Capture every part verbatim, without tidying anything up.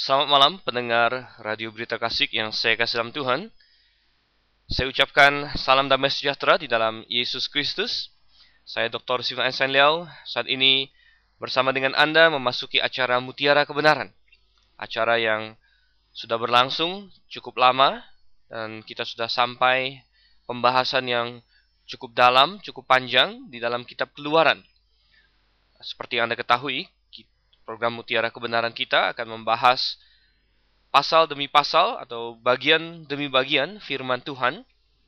Selamat malam pendengar Radio Berita Kasih yang saya kasih dalam Tuhan. Saya ucapkan salam damai sejahtera di dalam Yesus Kristus. Saya doktor Sivan Ensign Liao. Saat ini bersama dengan Anda memasuki acara Mutiara Kebenaran. Acara yang sudah berlangsung cukup lama dan kita sudah sampai pembahasan yang cukup dalam, cukup panjang di dalam kitab Keluaran. Seperti yang Anda ketahui, program Mutiara Kebenaran kita akan membahas pasal demi pasal atau bagian demi bagian firman Tuhan.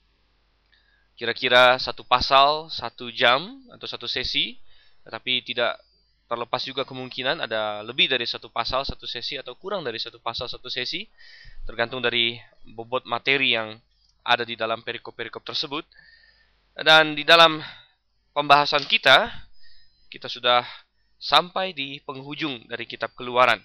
Kira-kira satu pasal, satu jam atau satu sesi. Tetapi tidak terlepas juga kemungkinan ada lebih dari satu pasal, satu sesi atau kurang dari satu pasal, satu sesi. Tergantung dari bobot materi yang ada di dalam perikop-perikop tersebut. Dan di dalam pembahasan kita, kita sudah sampai di penghujung dari kitab Keluaran.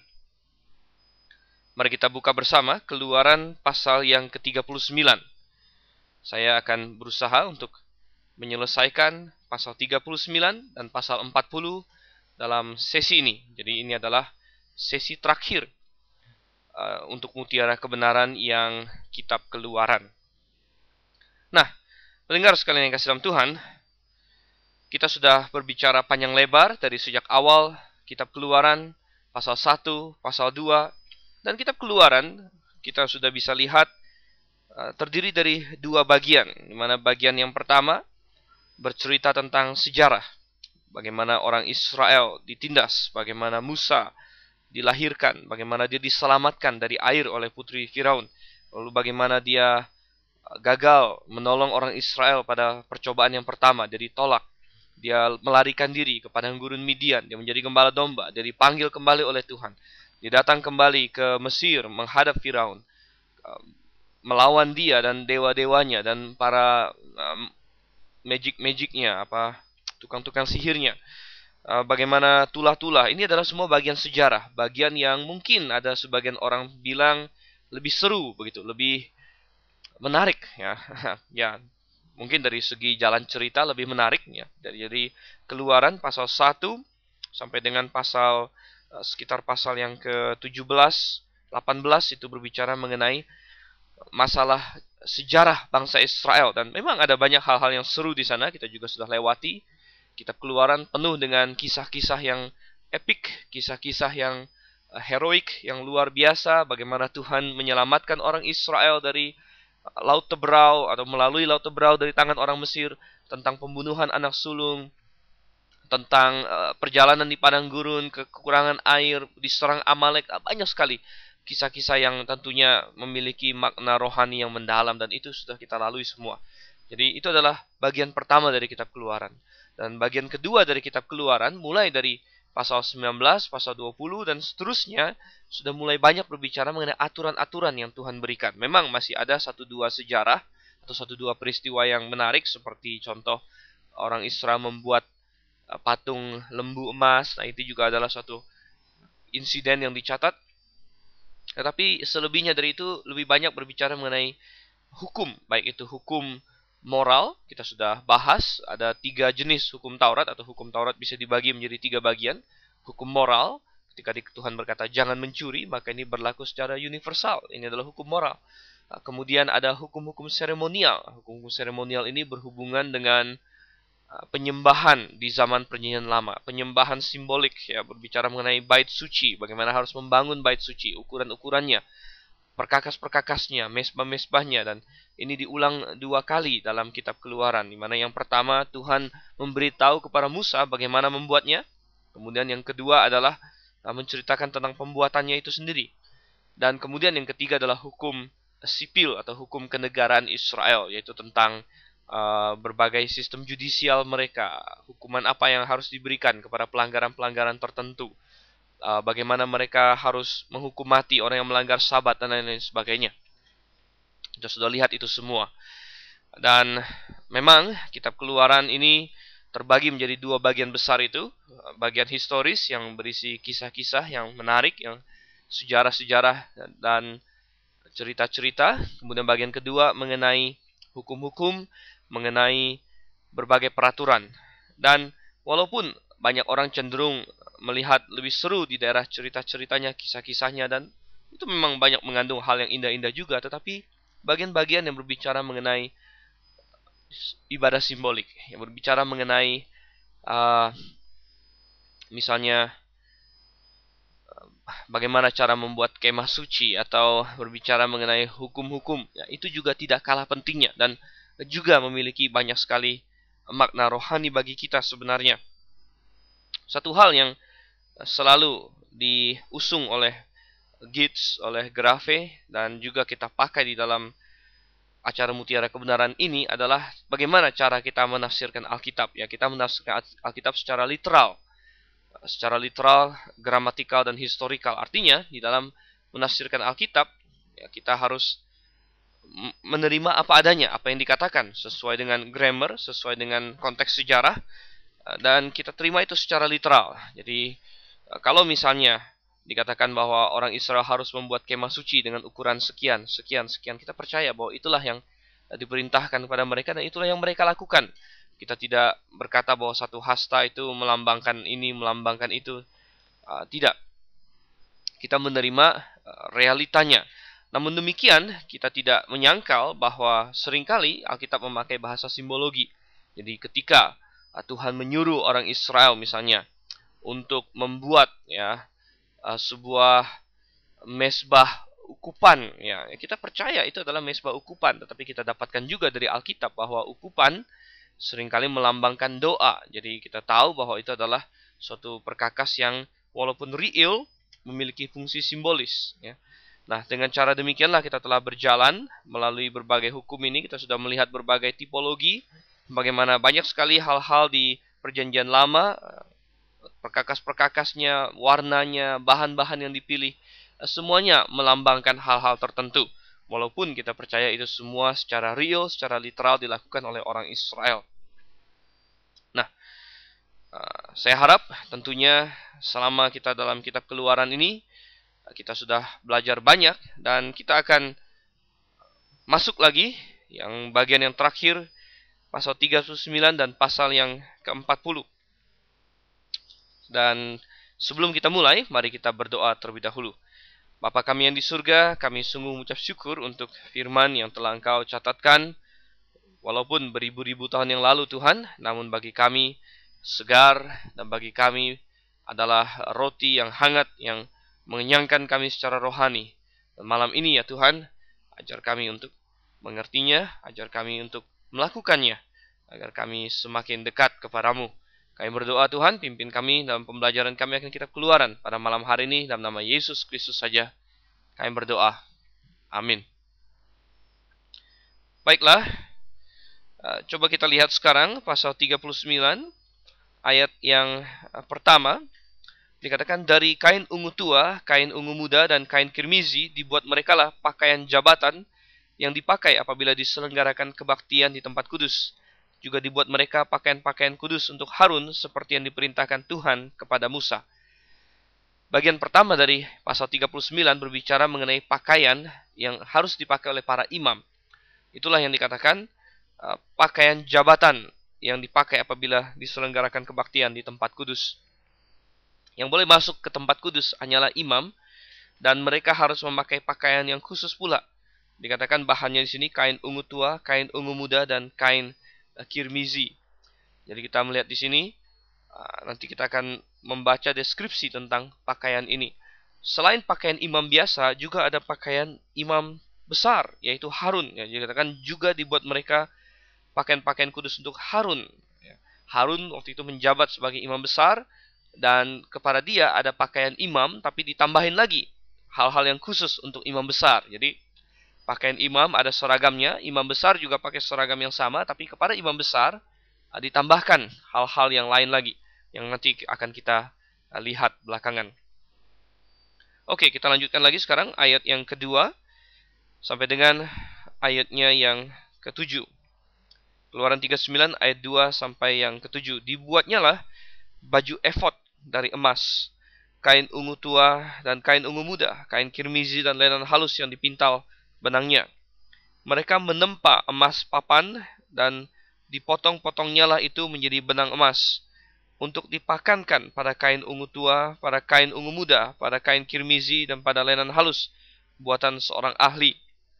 Mari kita buka bersama Keluaran pasal yang ke tiga puluh sembilan. Saya akan berusaha untuk menyelesaikan pasal tiga puluh sembilan dan pasal empat puluh dalam sesi ini. Jadi ini adalah sesi terakhir uh, untuk Mutiara Kebenaran yang kitab Keluaran. Nah, pendengar sekalian yang kasih dalam Tuhan, kita sudah berbicara panjang lebar dari sejak awal kitab Keluaran, pasal satu, pasal dua, dan kitab Keluaran kita sudah bisa lihat uh, terdiri dari dua bagian, di mana bagian yang pertama bercerita tentang sejarah, bagaimana orang Israel ditindas, bagaimana Musa dilahirkan, bagaimana dia diselamatkan dari air oleh putri Firaun, lalu bagaimana dia gagal menolong orang Israel pada percobaan yang pertama, dia ditolak. Dia melarikan diri ke padang gurun Midian. Dia menjadi gembala domba. Dia dipanggil kembali oleh Tuhan. Dia datang kembali ke Mesir menghadap Firaun, melawan dia dan dewa-dewanya dan para um, magic-magicnya, apa tukang-tukang sihirnya. Uh, bagaimana tulah-tulah. Ini adalah semua bagian sejarah, bagian yang mungkin ada sebagian orang bilang lebih seru begitu, lebih menarik ya. Ya. Mungkin dari segi jalan cerita lebih menarik ya. Dari, dari Keluaran pasal satu sampai dengan pasal uh, sekitar pasal yang ke tujuh belas, delapan belas itu berbicara mengenai masalah sejarah bangsa Israel, dan memang ada banyak hal-hal yang seru di sana. Kita juga sudah lewati kitab Keluaran penuh dengan kisah-kisah yang epik, kisah-kisah yang uh, heroik, yang luar biasa, bagaimana Tuhan menyelamatkan orang Israel dari Laut Teberau atau melalui Laut Teberau dari tangan orang Mesir, tentang pembunuhan anak sulung, tentang uh, perjalanan di padang gurun, kekurangan air, diserang Amalek, banyak sekali kisah-kisah yang tentunya memiliki makna rohani yang mendalam, dan itu sudah kita lalui semua. Jadi itu adalah bagian pertama dari kitab Keluaran. Dan bagian kedua dari kitab Keluaran mulai dari pasal sembilan belas, pasal dua puluh, dan seterusnya sudah mulai banyak berbicara mengenai aturan-aturan yang Tuhan berikan. Memang masih ada satu dua sejarah atau satu dua peristiwa yang menarik, seperti contoh orang Israel membuat patung lembu emas. Nah, itu juga adalah suatu insiden yang dicatat. Tetapi selebihnya dari itu lebih banyak berbicara mengenai hukum, baik itu hukum moral. Kita sudah bahas ada tiga jenis hukum Taurat, atau hukum Taurat bisa dibagi menjadi tiga bagian. Hukum moral, ketika Tuhan berkata jangan mencuri, maka ini berlaku secara universal. Ini adalah hukum moral. Kemudian ada hukum-hukum seremonial. Hukum-hukum seremonial ini berhubungan dengan penyembahan di zaman perjanjian lama, penyembahan simbolik ya, berbicara mengenai bait suci, bagaimana harus membangun bait suci, ukuran-ukurannya, perkakas-perkakasnya, mesbah-mesbahnya, dan ini diulang dua kali dalam kitab Keluaran, di mana yang pertama Tuhan memberitahu kepada Musa bagaimana membuatnya, kemudian yang kedua adalah menceritakan tentang pembuatannya itu sendiri, dan kemudian yang ketiga adalah hukum sipil atau hukum kenegaraan Israel, yaitu tentang uh, berbagai sistem judisial mereka, hukuman apa yang harus diberikan kepada pelanggaran-pelanggaran tertentu. Uh, bagaimana mereka harus menghukum mati orang yang melanggar sabat dan lain-lain sebagainya. Kita sudah lihat itu semua. Dan memang kitab Keluaran ini terbagi menjadi dua bagian besar itu. Bagian historis yang berisi kisah-kisah yang menarik, yang sejarah-sejarah dan cerita-cerita. Kemudian bagian kedua mengenai hukum-hukum, mengenai berbagai peraturan. Dan walaupun banyak orang cenderung melihat lebih seru di daerah cerita-ceritanya, kisah-kisahnya, dan itu memang banyak mengandung hal yang indah-indah juga, tetapi bagian-bagian yang berbicara mengenai ibadah simbolik, yang berbicara mengenai uh, misalnya bagaimana cara membuat kemah suci, atau berbicara mengenai hukum-hukum, ya, itu juga tidak kalah pentingnya dan juga memiliki banyak sekali makna rohani bagi kita sebenarnya. Satu hal yang selalu diusung oleh Gates, oleh Grave, dan juga kita pakai di dalam acara Mutiara Kebenaran ini adalah bagaimana cara kita menafsirkan Alkitab. Ya, kita menafsirkan Alkitab secara literal, secara literal, gramatikal, dan historikal. Artinya, di dalam menafsirkan Alkitab, ya, kita harus menerima apa adanya, apa yang dikatakan, sesuai dengan grammar, sesuai dengan konteks sejarah, dan kita terima itu secara literal. Jadi, kalau misalnya dikatakan bahwa orang Israel harus membuat kemah suci dengan ukuran sekian, sekian, sekian, kita percaya bahwa itulah yang diperintahkan kepada mereka dan itulah yang mereka lakukan. Kita tidak berkata bahwa satu hasta itu melambangkan ini, melambangkan itu. Uh, tidak. Kita menerima uh, realitanya. Namun demikian, kita tidak menyangkal bahwa seringkali Alkitab memakai bahasa simbologi. Jadi ketika uh, Tuhan menyuruh orang Israel misalnya untuk membuat, ya, Uh, sebuah mesbah ukupan, ya, kita percaya itu adalah mesbah ukupan, tetapi kita dapatkan juga dari Alkitab bahwa ukupan seringkali melambangkan doa. Jadi kita tahu bahwa itu adalah suatu perkakas yang walaupun real memiliki fungsi simbolis, ya. Nah, dengan cara demikianlah kita telah berjalan melalui berbagai hukum ini. Kita sudah melihat berbagai tipologi, bagaimana banyak sekali hal-hal di Perjanjian Lama, perkakas-perkakasnya, warnanya, bahan-bahan yang dipilih, semuanya melambangkan hal-hal tertentu. Walaupun kita percaya itu semua secara real, secara literal dilakukan oleh orang Israel. Nah, saya harap tentunya selama kita dalam kitab Keluaran ini, kita sudah belajar banyak, dan kita akan masuk lagi yang bagian yang terakhir, pasal tiga puluh sembilan dan pasal yang keempat puluh. Dan sebelum kita mulai, mari kita berdoa terlebih dahulu. Bapa kami yang di surga, kami sungguh mengucap syukur untuk firman yang telah Engkau catatkan. Walaupun beribu-ribu tahun yang lalu Tuhan, namun bagi kami segar, dan bagi kami adalah roti yang hangat, yang mengenyangkan kami secara rohani. Dan malam ini ya Tuhan, ajar kami untuk mengertinya, ajar kami untuk melakukannya, agar kami semakin dekat kepadamu. Kami berdoa Tuhan, pimpin kami dalam pembelajaran kami akan kitab Keluaran pada malam hari ini, dalam nama Yesus Kristus saja kami berdoa. Amin. Baiklah, coba kita lihat sekarang pasal tiga puluh sembilan, ayat yang pertama. Dikatakan, dari kain ungu tua, kain ungu muda, dan kain kirmizi dibuat merekalah pakaian jabatan yang dipakai apabila diselenggarakan kebaktian di tempat kudus. Juga dibuat mereka pakaian-pakaian kudus untuk Harun seperti yang diperintahkan Tuhan kepada Musa. Bagian pertama dari pasal tiga puluh sembilan berbicara mengenai pakaian yang harus dipakai oleh para imam. Itulah yang dikatakan uh, pakaian jabatan yang dipakai apabila diselenggarakan kebaktian di tempat kudus. Yang boleh masuk ke tempat kudus hanyalah imam, dan mereka harus memakai pakaian yang khusus pula. Dikatakan bahannya di sini kain ungu tua, kain ungu muda, dan kain kirmizi. Jadi kita melihat di sini, nanti kita akan membaca deskripsi tentang pakaian ini. Selain pakaian imam biasa, juga ada pakaian imam besar, yaitu Harun. Ya, jadi katakan juga dibuat mereka pakaian-pakaian kudus untuk Harun. Harun waktu itu menjabat sebagai imam besar, dan kepada dia ada pakaian imam, tapi ditambahin lagi hal-hal yang khusus untuk imam besar. Jadi pakaian imam ada seragamnya, imam besar juga pakai seragam yang sama, tapi kepada imam besar ditambahkan hal-hal yang lain lagi, yang nanti akan kita lihat belakangan. Oke, kita lanjutkan lagi sekarang ayat yang kedua sampai dengan ayatnya yang ketujuh. Keluaran tiga puluh sembilan ayat dua sampai yang ketujuh. Dibuatnya lah baju efod dari emas, kain ungu tua dan kain ungu muda, kain kirmizi dan lenan halus yang dipintal benangnya. Mereka menempa emas papan, dan dipotong-potongnya lah itu menjadi benang emas, untuk dipakankan pada kain ungu tua, pada kain ungu muda, pada kain kirmizi, dan pada lenan halus, buatan seorang ahli.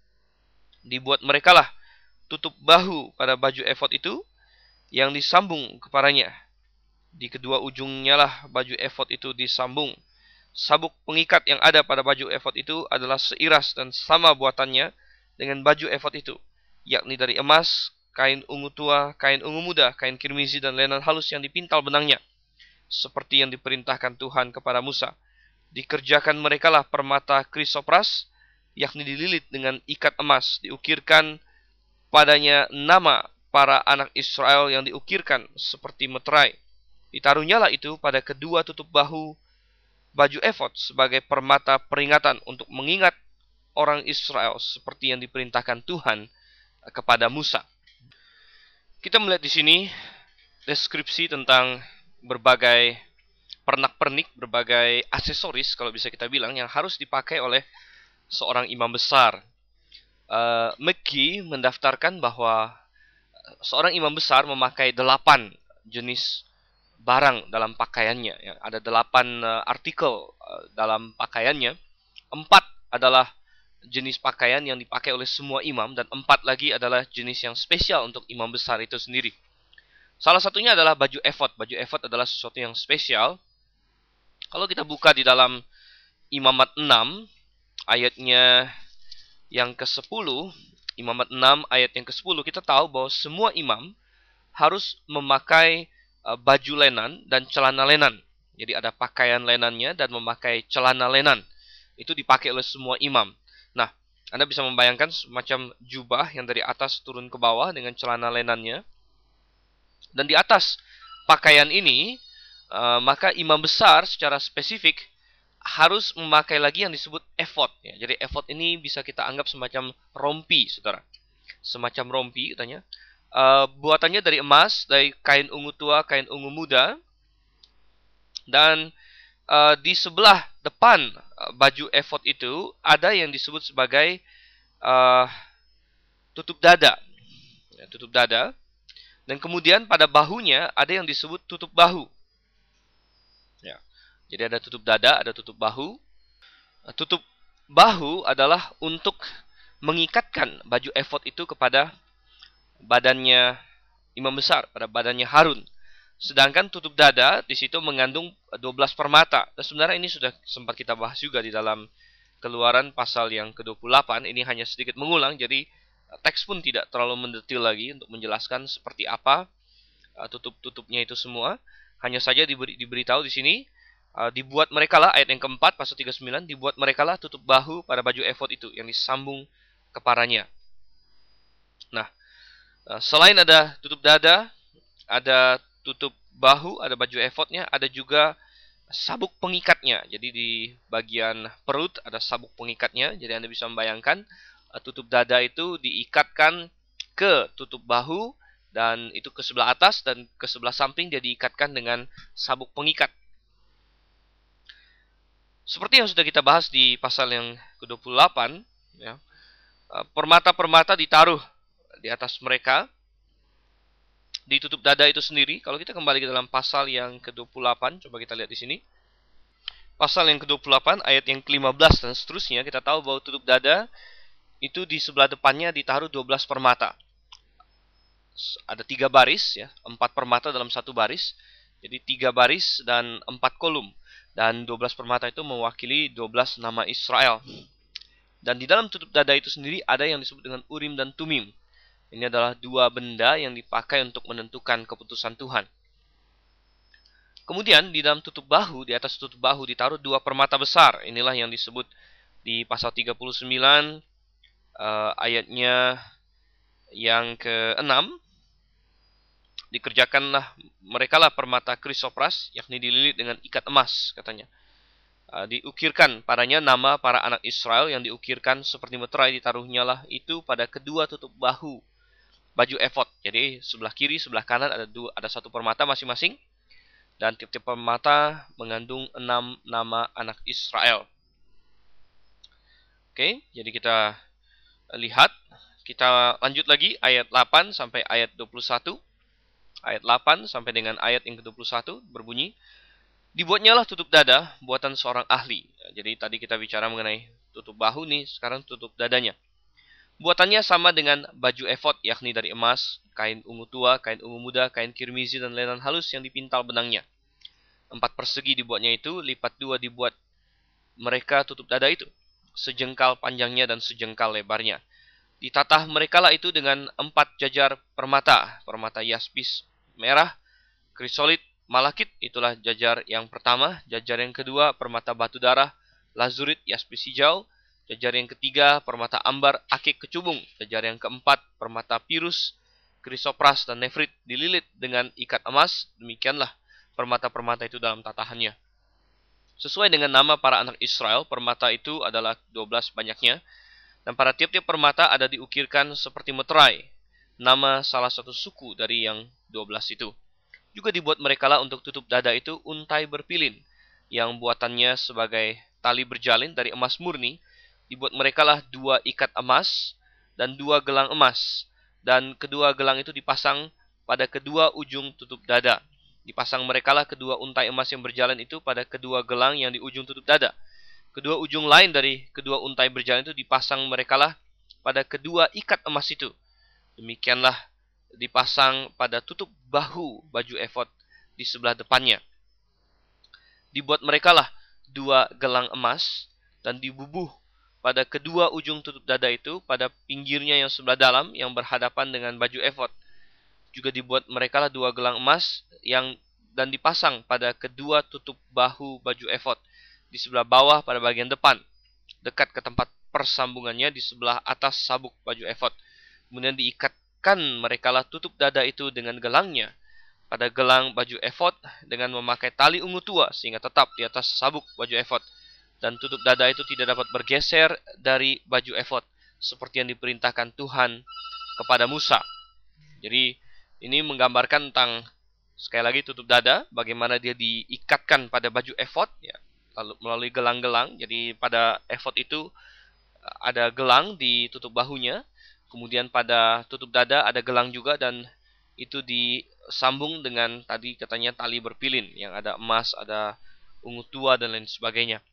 Dibuat merekalah tutup bahu pada baju efod itu yang disambung kepadanya. Di kedua ujungnya lah baju efod itu disambung. Sabuk pengikat yang ada pada baju efod itu adalah seiras dan sama buatannya dengan baju efod itu, yakni dari emas, kain ungu tua, kain ungu muda, kain kirmizi, dan lenan halus yang dipintal benangnya, seperti yang diperintahkan Tuhan kepada Musa. Dikerjakan merekalah permata krisopras, yakni dililit dengan ikat emas, diukirkan padanya nama para anak Israel yang diukirkan seperti meterai. Ditaruhnyalah itu pada kedua tutup bahu baju efod sebagai permata peringatan untuk mengingat orang Israel seperti yang diperintahkan Tuhan kepada Musa. Kita melihat di sini deskripsi tentang berbagai pernak-pernik, berbagai aksesoris kalau bisa kita bilang yang harus dipakai oleh seorang imam besar. Uh, McGee mendaftarkan bahwa seorang imam besar memakai delapan jenis barang dalam pakaiannya. Ya, ada delapan uh, artikel uh, dalam pakaiannya. Empat adalah jenis pakaian yang dipakai oleh semua imam, dan empat lagi adalah jenis yang spesial untuk imam besar itu sendiri. Salah satunya adalah baju efod. Baju efod adalah sesuatu yang spesial. Kalau kita buka di dalam Imamat enam, ayatnya yang kesepuluh, Imamat enam ayat yang kesepuluh, kita tahu bahwa semua imam harus memakai uh, baju lenan dan celana lenan. Jadi ada pakaian lenannya dan memakai celana lenan. Itu dipakai oleh semua imam. Nah, Anda bisa membayangkan semacam jubah yang dari atas turun ke bawah dengan celana lenannya. Dan di atas pakaian ini, uh, maka imam besar secara spesifik harus memakai lagi yang disebut efod. Ya, jadi efod ini bisa kita anggap semacam rompi, saudara. Semacam rompi, katanya. Uh, buatannya dari emas, dari kain ungu tua, kain ungu muda. Dan uh, di sebelah depan uh, baju efod itu ada yang disebut sebagai uh, tutup dada. Ya, tutup dada. Dan kemudian pada bahunya ada yang disebut tutup bahu. Ya. Jadi ada tutup dada, ada tutup bahu. Tutup bahu adalah untuk mengikatkan baju efod itu kepada badannya imam besar, pada badannya Harun. Sedangkan tutup dada di situ mengandung dua belas permata. Dan sebenarnya ini sudah sempat kita bahas juga di dalam Keluaran pasal yang ke dua puluh delapan. Ini hanya sedikit mengulang, jadi teks pun tidak terlalu mendetil lagi untuk menjelaskan seperti apa uh, tutup-tutupnya itu semua. Hanya saja diberi, diberitahu di sini, uh, dibuat merekalah, ayat yang keempat, pasal tiga puluh sembilan, dibuat merekalah tutup bahu pada baju efod itu yang disambung kepadanya. Nah, uh, selain ada tutup dada, ada tutup bahu, ada baju efodnya, ada juga sabuk pengikatnya. Jadi di bagian perut ada sabuk pengikatnya. Jadi Anda bisa membayangkan tutup dada itu diikatkan ke tutup bahu, dan itu ke sebelah atas, dan ke sebelah samping dia diikatkan dengan sabuk pengikat. Seperti yang sudah kita bahas di pasal yang ke dua puluh delapan, ya, permata-permata ditaruh di atas mereka, di tutup dada itu sendiri. Kalau kita kembali ke dalam pasal yang ke dua puluh delapan, coba kita lihat di sini. Pasal yang ke dua puluh delapan, ayat yang ke lima belas dan seterusnya, kita tahu bahwa tutup dada itu di sebelah depannya ditaruh dua belas permata. Ada tiga baris, ya, empat permata dalam satu baris. Jadi tiga baris dan empat kolom. Dan dua belas permata itu mewakili dua belas nama Israel. Dan di dalam tutup dada itu sendiri ada yang disebut dengan Urim dan Tumim. Ini adalah dua benda yang dipakai untuk menentukan keputusan Tuhan. Kemudian di dalam tutup bahu, di atas tutup bahu ditaruh dua permata besar. Inilah yang disebut di pasal tiga puluh sembilan uh, ayatnya yang keenam. Dikerjakanlah merekalah permata krisopras, yakni dililit dengan ikat emas, katanya. Uh, diukirkan padanya nama para anak Israel yang diukirkan seperti meterai, ditaruhnyalah itu pada kedua tutup bahu baju efod. Jadi sebelah kiri, sebelah kanan ada dua, ada satu permata masing-masing, dan tiap-tiap permata mengandung enam nama anak Israel. Oke, jadi kita lihat, kita lanjut lagi ayat delapan sampai ayat dua puluh satu. Ayat delapan sampai dengan ayat yang ke dua puluh satu berbunyi, dibuatnyalah tutup dada buatan seorang ahli. Jadi tadi kita bicara mengenai tutup bahu nih, sekarang tutup dadanya. Buatannya sama dengan baju efod, yakni dari emas, kain ungu tua, kain ungu muda, kain kirmizi, dan lenan halus yang dipintal benangnya. Empat persegi dibuatnya itu, lipat dua dibuat mereka tutup dada itu, sejengkal panjangnya dan sejengkal lebarnya. Ditatah mereka lah itu dengan empat jajar permata, permata yaspis merah, krisolit, malakit, itulah jajar yang pertama. Jajar yang kedua, permata batu darah, lazurit, yaspis hijau. Jajar yang ketiga, permata ambar, akik kecubung. Jajar yang keempat, permata pirus, krisopras, dan nefrit dililit dengan ikat emas. Demikianlah permata-permata itu dalam tatahannya. Sesuai dengan nama para anak Israel, permata itu adalah dua belas banyaknya. Dan pada tiap-tiap permata ada diukirkan seperti meterai, nama salah satu suku dari yang dua belas itu. Juga dibuat mereka lah untuk tutup dada itu untai berpilin, yang buatannya sebagai tali berjalin dari emas murni. Dibuat mereka lah dua ikat emas dan dua gelang emas. Dan kedua gelang itu dipasang pada kedua ujung tutup dada. Dipasang mereka lah kedua untai emas yang berjalan itu pada kedua gelang yang di ujung tutup dada. Kedua ujung lain dari kedua untai berjalan itu dipasang mereka lah pada kedua ikat emas itu. Demikianlah dipasang pada tutup bahu baju efod di sebelah depannya. Dibuat mereka lah dua gelang emas dan dibubuh pada kedua ujung tutup dada itu pada pinggirnya yang sebelah dalam yang berhadapan dengan baju efod. Juga dibuat mereka lah dua gelang emas yang dan dipasang pada kedua tutup bahu baju efod di sebelah bawah pada bagian depan, dekat ke tempat persambungannya di sebelah atas sabuk baju efod. Kemudian diikatkan mereka lah tutup dada itu dengan gelangnya pada gelang baju efod dengan memakai tali ungu tua sehingga tetap di atas sabuk baju efod. Dan tutup dada itu tidak dapat bergeser dari baju efod seperti yang diperintahkan Tuhan kepada Musa. Jadi ini menggambarkan tentang, sekali lagi, tutup dada, bagaimana dia diikatkan pada baju efod, ya, lalu melalui gelang-gelang. Jadi pada efod itu ada gelang di tutup bahunya, kemudian pada tutup dada ada gelang juga, dan itu disambung dengan tadi katanya tali berpilin yang ada emas, ada ungu tua, dan lain sebagainya.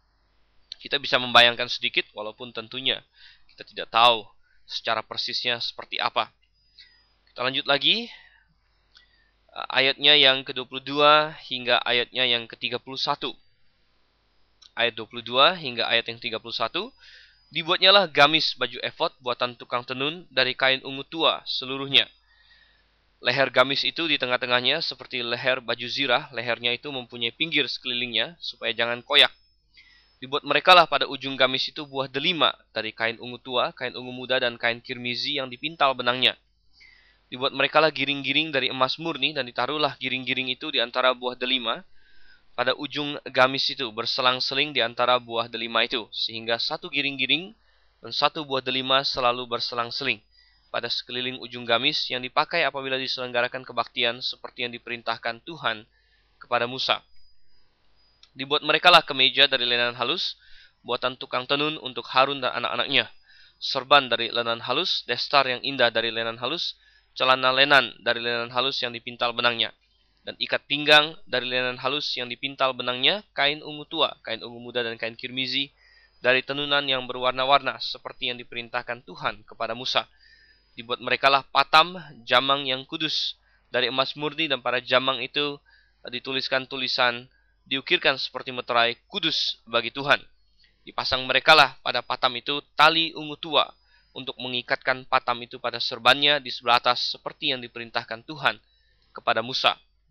Kita bisa membayangkan sedikit, walaupun tentunya kita tidak tahu secara persisnya seperti apa. Kita lanjut lagi. Ayatnya yang ke dua puluh dua hingga ayatnya yang ke tiga puluh satu. Ayat dua puluh dua hingga ayat yang tiga puluh satu. Dibuatnyalah gamis baju efod buatan tukang tenun dari kain ungu tua seluruhnya. Leher gamis itu di tengah-tengahnya seperti leher baju zirah. Lehernya itu mempunyai pinggir sekelilingnya supaya jangan koyak. Dibuat mereka lah pada ujung gamis itu buah delima dari kain ungu tua, kain ungu muda, dan kain kirmizi yang dipintal benangnya. Dibuat mereka lah giring-giring dari emas murni, dan ditaruhlah giring-giring itu di antara buah delima pada ujung gamis itu, berselang-seling di antara buah delima itu, sehingga satu giring-giring dan satu buah delima selalu berselang-seling pada sekeliling ujung gamis yang dipakai apabila diselenggarakan kebaktian seperti yang diperintahkan Tuhan kepada Musa. Dibuat mereka lah kemeja dari lenan halus, buatan tukang tenun untuk Harun dan anak-anaknya, serban dari lenan halus, destar yang indah dari lenan halus, celana lenan dari lenan halus yang dipintal benangnya, dan ikat pinggang dari lenan halus yang dipintal benangnya, kain ungu tua, kain ungu muda, dan kain kirmizi dari tenunan yang berwarna-warna seperti yang diperintahkan Tuhan kepada Musa. Dibuat mereka lah patam, jamang yang kudus dari emas murni, dan pada jamang itu dituliskan tulisan, diukirkan seperti meterai, kudus bagi Tuhan. Dipasang mereka lah pada patam itu tali ungu tua untuk mengikatkan patam itu pada serbannya di sebelah atas seperti yang diperintahkan Tuhan kepada Musa.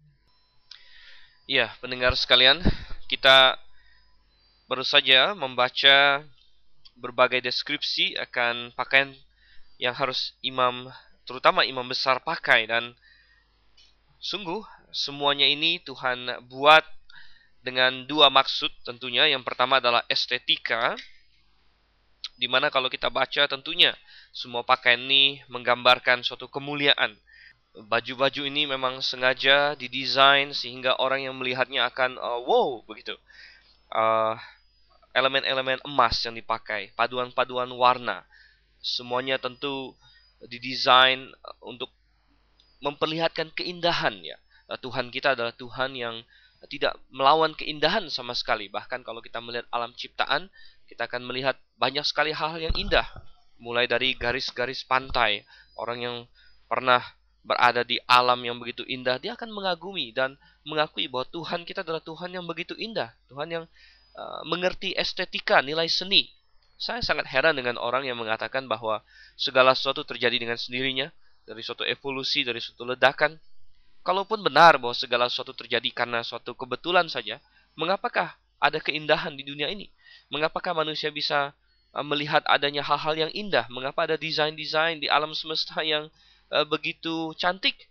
Ya, pendengar sekalian, kita baru saja membaca berbagai deskripsi akan pakaian yang harus imam, terutama imam besar, pakai, dan sungguh semuanya ini Tuhan buat dengan dua maksud tentunya. Yang pertama adalah estetika, di mana kalau kita baca tentunya semua pakaian ini menggambarkan suatu kemuliaan. Baju-baju ini memang sengaja didesain sehingga orang yang melihatnya akan uh, wow begitu. Uh, elemen-elemen emas yang dipakai, paduan-paduan warna, semuanya tentu didesain untuk memperlihatkan keindahan, ya. Tuhan kita adalah Tuhan yang tidak melawan keindahan sama sekali. Bahkan kalau kita melihat alam ciptaan, kita akan melihat banyak sekali hal-hal yang indah. Mulai dari garis-garis pantai, orang yang pernah berada di alam yang begitu indah, dia akan mengagumi dan mengakui bahwa Tuhan kita adalah Tuhan yang begitu indah, Tuhan yang uh, mengerti estetika, nilai seni. Saya sangat heran dengan orang yang mengatakan bahwa segala sesuatu terjadi dengan sendirinya, dari suatu evolusi, dari suatu ledakan. Kalaupun benar bahwa segala sesuatu terjadi karena suatu kebetulan saja, mengapakah ada keindahan di dunia ini? Mengapakah manusia bisa uh, melihat adanya hal-hal yang indah? Mengapa ada desain-desain di alam semesta yang uh, begitu cantik?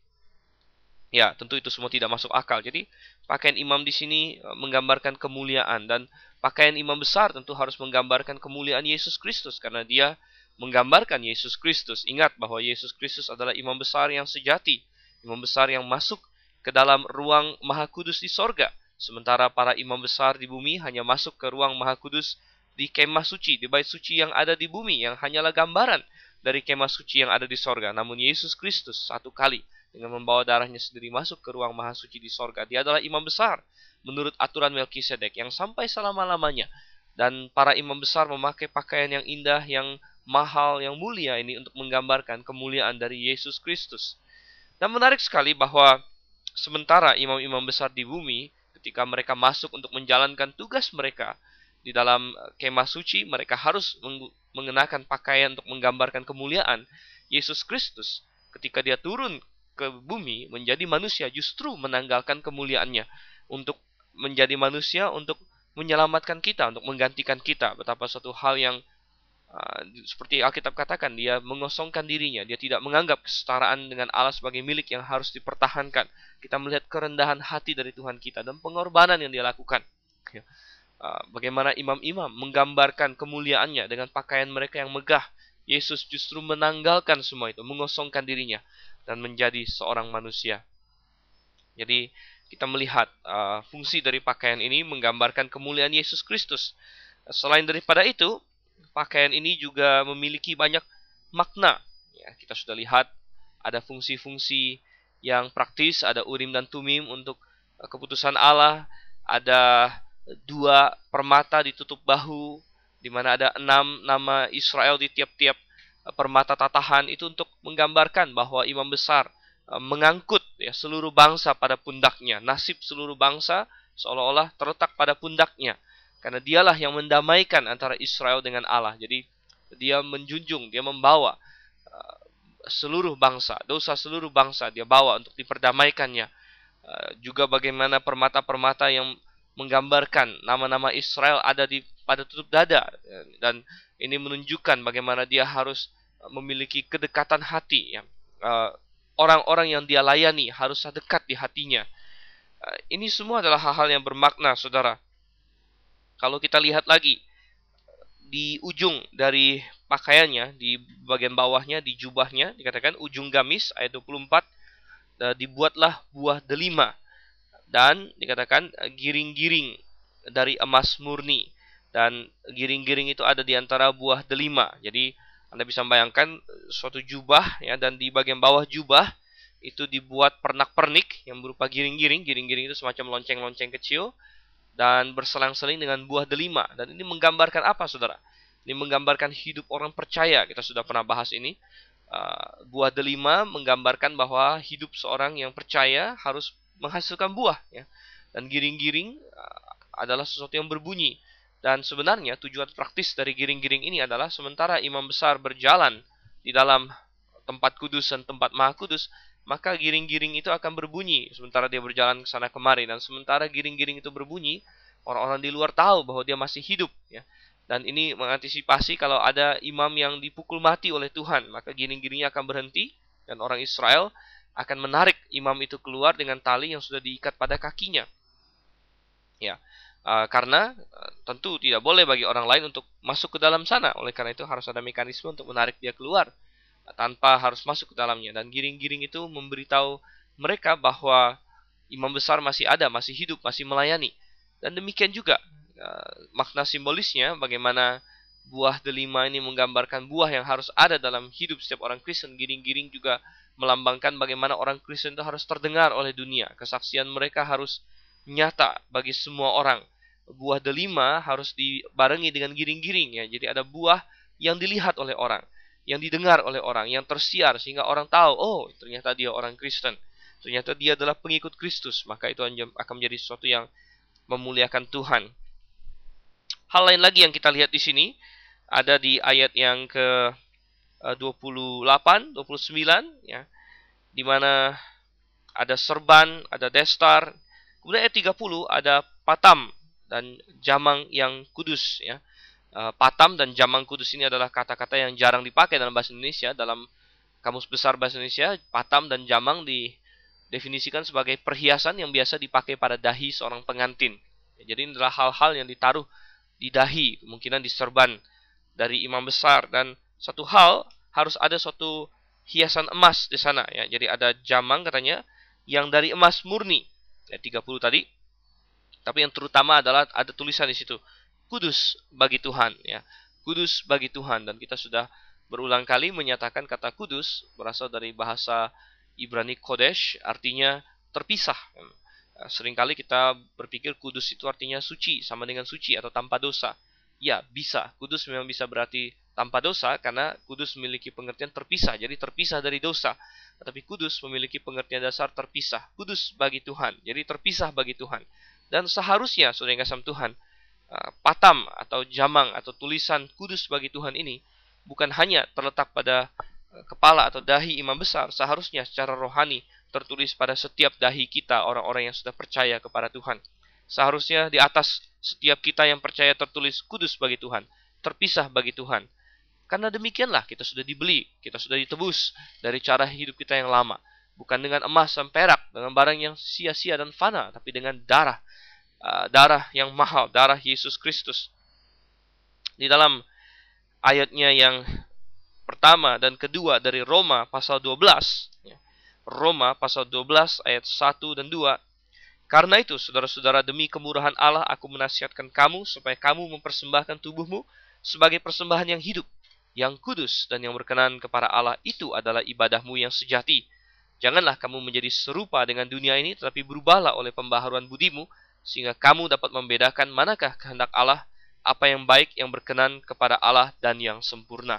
Ya, tentu itu semua tidak masuk akal. Jadi, pakaian imam di sini uh, menggambarkan kemuliaan, dan pakaian imam besar tentu harus menggambarkan kemuliaan Yesus Kristus karena dia menggambarkan Yesus Kristus. Ingat bahwa Yesus Kristus adalah imam besar yang sejati, imam besar yang masuk ke dalam ruang Maha Kudus di sorga. Sementara para imam besar di bumi hanya masuk ke ruang Maha Kudus di kemah suci, di bait suci yang ada di bumi, yang hanyalah gambaran dari kemah suci yang ada di sorga. Namun Yesus Kristus satu kali dengan membawa darahnya sendiri masuk ke ruang Maha Suci di sorga. Dia adalah imam besar menurut aturan Melkisedek yang sampai selama-lamanya. Dan para imam besar memakai pakaian yang indah, yang mahal, yang mulia ini untuk menggambarkan kemuliaan dari Yesus Kristus. Dan menarik sekali bahwa sementara imam-imam besar di bumi, ketika mereka masuk untuk menjalankan tugas mereka di dalam kemah suci, mereka harus mengenakan pakaian untuk menggambarkan kemuliaan Yesus Kristus. Ketika dia turun ke bumi menjadi manusia, justru menanggalkan kemuliaannya untuk menjadi manusia, untuk menyelamatkan kita, untuk menggantikan kita. Betapa suatu hal yang Uh, seperti Alkitab katakan, dia mengosongkan dirinya. Dia tidak menganggap kesetaraan dengan Allah sebagai milik yang harus dipertahankan. Kita melihat kerendahan hati dari Tuhan kita dan pengorbanan yang dia lakukan. Uh, bagaimana imam-imam menggambarkan kemuliaannya dengan pakaian mereka yang megah. Yesus justru menanggalkan semua itu, mengosongkan dirinya dan menjadi seorang manusia. Jadi kita melihat uh, fungsi dari pakaian ini menggambarkan kemuliaan Yesus Kristus. Selain daripada itu, pakaian ini juga memiliki banyak makna. Ya, kita sudah lihat ada fungsi-fungsi yang praktis, ada Urim dan Tumim untuk keputusan Allah, ada dua permata di tutup bahu, di mana ada enam nama Israel di tiap-tiap permata tatahan, itu untuk menggambarkan bahwa imam besar mengangkut ya seluruh bangsa pada pundaknya. Nasib seluruh bangsa seolah-olah terletak pada pundaknya. Karena dialah yang mendamaikan antara Israel dengan Allah. Jadi dia menjunjung, dia membawa uh, seluruh bangsa, dosa seluruh bangsa dia bawa untuk diperdamaikannya. Uh, juga bagaimana permata-permata yang menggambarkan nama-nama Israel ada di pada tutup dada. Dan ini menunjukkan bagaimana dia harus memiliki kedekatan hati. Ya. Uh, orang-orang yang dia layani harus dekat di hatinya. Uh, ini semua adalah hal-hal yang bermakna, saudara. Kalau kita lihat lagi di ujung dari pakaiannya, di bagian bawahnya, di jubahnya, dikatakan ujung gamis, ayat dua puluh empat, dibuatlah buah delima. Dan dikatakan giring-giring dari emas murni. Dan giring-giring itu ada di antara buah delima. Jadi Anda bisa membayangkan suatu jubah, ya, dan di bagian bawah jubah itu dibuat pernak-pernik yang berupa giring-giring. Giring-giring itu semacam lonceng-lonceng kecil dan berselang-seling dengan buah delima. Dan ini menggambarkan apa, saudara? Ini menggambarkan hidup orang percaya. Kita sudah pernah bahas ini. Uh, buah delima menggambarkan bahwa hidup seorang yang percaya harus menghasilkan buah. Ya. Dan giring-giring uh, adalah sesuatu yang berbunyi. Dan sebenarnya tujuan praktis dari giring-giring ini adalah sementara imam besar berjalan di dalam tempat kudus dan tempat maha kudus, maka giring-giring itu akan berbunyi sementara dia berjalan ke sana kemari. Dan sementara giring-giring itu berbunyi, orang-orang di luar tahu bahwa dia masih hidup. Ya. Dan ini mengantisipasi kalau ada imam yang dipukul mati oleh Tuhan, maka giring-giringnya akan berhenti dan orang Israel akan menarik imam itu keluar dengan tali yang sudah diikat pada kakinya. Ya, uh, karena uh, tentu tidak boleh bagi orang lain untuk masuk ke dalam sana. Oleh karena itu harus ada mekanisme untuk menarik dia keluar tanpa harus masuk ke dalamnya. Dan giring-giring itu memberitahu mereka bahwa imam besar masih ada, masih hidup, masih melayani. Dan demikian juga uh, makna simbolisnya, bagaimana buah delima ini menggambarkan buah yang harus ada dalam hidup setiap orang Kristen. Giring-giring juga melambangkan bagaimana orang Kristen itu harus terdengar oleh dunia. Kesaksian mereka harus nyata bagi semua orang. buah delima harus dibarengi dengan giring-giring ya. Jadi ada buah yang dilihat oleh orang, yang didengar oleh orang, yang tersiar sehingga orang tahu, oh ternyata dia orang Kristen, ternyata dia adalah pengikut Kristus. Maka itu akan menjadi sesuatu yang memuliakan Tuhan. Hal lain lagi yang kita lihat di sini ada di ayat yang ke dua puluh delapan, dua puluh sembilan ya, di mana ada serban, ada destar. Kemudian ayat tiga puluh ada patam dan jamang yang kudus ya. Uh, patam dan jamang kudus ini adalah kata-kata yang jarang dipakai dalam bahasa Indonesia. Dalam Kamus Besar Bahasa Indonesia, patam dan jamang didefinisikan sebagai perhiasan yang biasa dipakai pada dahi seorang pengantin. Ya, jadi ini adalah hal-hal yang ditaruh di dahi, kemungkinan di serban dari imam besar. Dan satu hal, harus ada suatu hiasan emas di sana ya. Jadi ada jamang katanya yang dari emas murni. Ya, tiga puluh tadi. Tapi yang terutama adalah ada tulisan di situ, kudus bagi Tuhan ya. Kudus bagi Tuhan. Dan kita sudah berulang kali menyatakan kata kudus berasal dari bahasa Ibrani kodesh, artinya terpisah. Seringkali kita berpikir kudus itu artinya suci, sama dengan suci atau tanpa dosa. Ya, bisa. Kudus memang bisa berarti tanpa dosa, karena kudus memiliki pengertian terpisah, jadi terpisah dari dosa. Tetapi kudus memiliki pengertian dasar terpisah, kudus bagi Tuhan, jadi terpisah bagi Tuhan. Dan seharusnya, saudara yang kasih Tuhan, patam atau jamang atau tulisan kudus bagi Tuhan ini bukan hanya terletak pada kepala atau dahi imam besar, seharusnya secara rohani tertulis pada setiap dahi kita, orang-orang yang sudah percaya kepada Tuhan. Seharusnya di atas setiap kita yang percaya tertulis kudus bagi Tuhan, terpisah bagi Tuhan. Karena demikianlah kita sudah dibeli, kita sudah ditebus dari cara hidup kita yang lama. Bukan dengan emas dan perak, dengan barang yang sia-sia dan fana, tapi dengan darah. Uh, darah yang mahal, darah Yesus Kristus. Di dalam ayatnya yang pertama dan kedua dari Roma pasal dua belas, ya, Roma pasal dua belas ayat satu dan dua. Karena itu, saudara-saudara, demi kemurahan Allah aku menasihatkan kamu supaya kamu mempersembahkan tubuhmu sebagai persembahan yang hidup, yang kudus dan yang berkenan kepada Allah. Itu adalah ibadahmu yang sejati. Janganlah kamu menjadi serupa dengan dunia ini, tetapi berubahlah oleh pembaharuan budimu, sehingga kamu dapat membedakan manakah kehendak Allah, apa yang baik, yang berkenan kepada Allah, dan yang sempurna.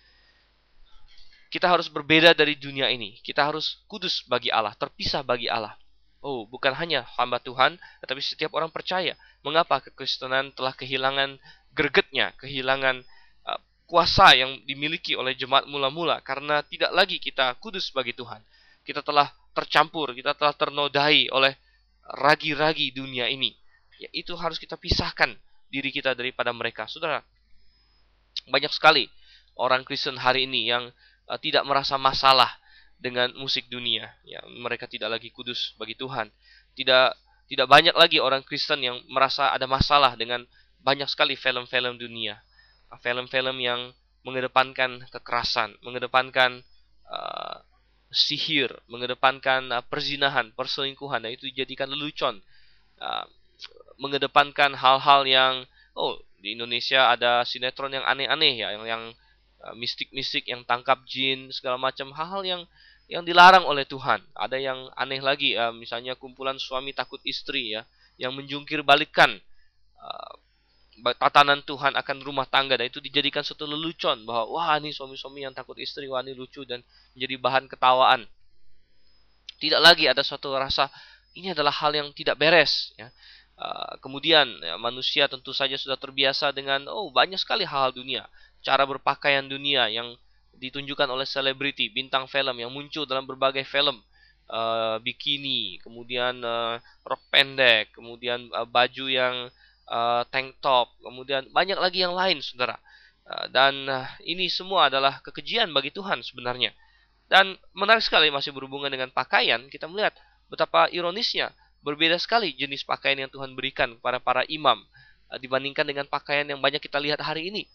Kita harus berbeda dari dunia ini. Kita harus kudus bagi Allah, terpisah bagi Allah. Oh, bukan hanya hamba Tuhan, tetapi setiap orang percaya. Mengapa kekristenan telah kehilangan gregetnya, kehilangan uh, kuasa yang dimiliki oleh jemaat mula-mula? Karena tidak lagi kita kudus bagi Tuhan. Kita telah tercampur, kita telah ternodai oleh ragi-ragi dunia ini. Ya, itu harus kita pisahkan diri kita daripada mereka. Saudara, banyak sekali orang Kristen hari ini yang uh, tidak merasa masalah dengan musik dunia. Ya, mereka tidak lagi kudus bagi Tuhan. Tidak tidak banyak lagi orang Kristen yang merasa ada masalah dengan banyak sekali film-film dunia. Film-film yang mengedepankan kekerasan, mengedepankan uh, sihir, mengedepankan uh, perzinahan, perselingkuhan. Nah, itu dijadikan lelucon. Uh, mengedepankan hal-hal yang, oh, di Indonesia ada sinetron yang aneh-aneh ya, yang yang uh, mistik-mistik, yang tangkap jin, segala macam hal-hal yang yang dilarang oleh Tuhan. Ada yang aneh lagi, uh, misalnya kumpulan suami takut istri ya, yang menjungkir balikan uh, tatanan Tuhan akan rumah tangga, dan itu dijadikan suatu lelucon bahwa wah ini suami-suami yang takut istri, wah ini lucu, dan menjadi bahan ketawaan. Tidak lagi ada suatu rasa ini adalah hal yang tidak beres ya. Uh, kemudian ya, manusia tentu saja sudah terbiasa dengan oh banyak sekali hal-hal dunia, cara berpakaian dunia yang ditunjukkan oleh selebriti, bintang film yang muncul dalam berbagai film, uh, bikini, kemudian uh, rok pendek, kemudian uh, baju yang Uh, tank top, kemudian banyak lagi yang lain, saudara. Uh, dan uh, ini semua adalah kekejian bagi Tuhan sebenarnya. Dan menarik sekali, masih berhubungan dengan pakaian, kita melihat betapa ironisnya berbeda sekali jenis pakaian yang Tuhan berikan kepada para imam uh, dibandingkan dengan pakaian yang banyak kita lihat hari ini.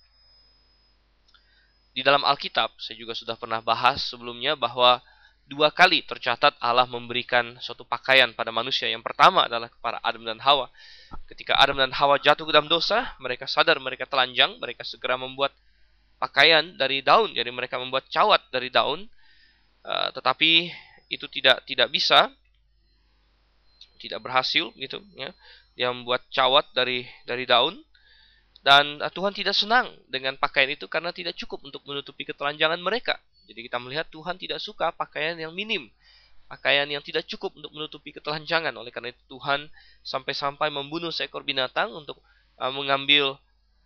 Di dalam Alkitab, saya juga sudah pernah bahas sebelumnya bahwa dua kali tercatat Allah memberikan suatu pakaian pada manusia. Yang pertama adalah kepada Adam dan Hawa. Ketika Adam dan Hawa jatuh ke dalam dosa, mereka sadar mereka telanjang, mereka segera membuat pakaian dari daun. Jadi mereka membuat cawat dari daun, uh, tetapi itu tidak tidak bisa, tidak berhasil gitu. Ya. yang membuat cawat dari dari daun. Dan uh, Tuhan tidak senang dengan pakaian itu karena tidak cukup untuk menutupi ketelanjangan mereka. Jadi kita melihat Tuhan tidak suka pakaian yang minim, pakaian yang tidak cukup untuk menutupi ketelanjangan. Oleh karena itu Tuhan sampai-sampai membunuh seekor binatang untuk uh, mengambil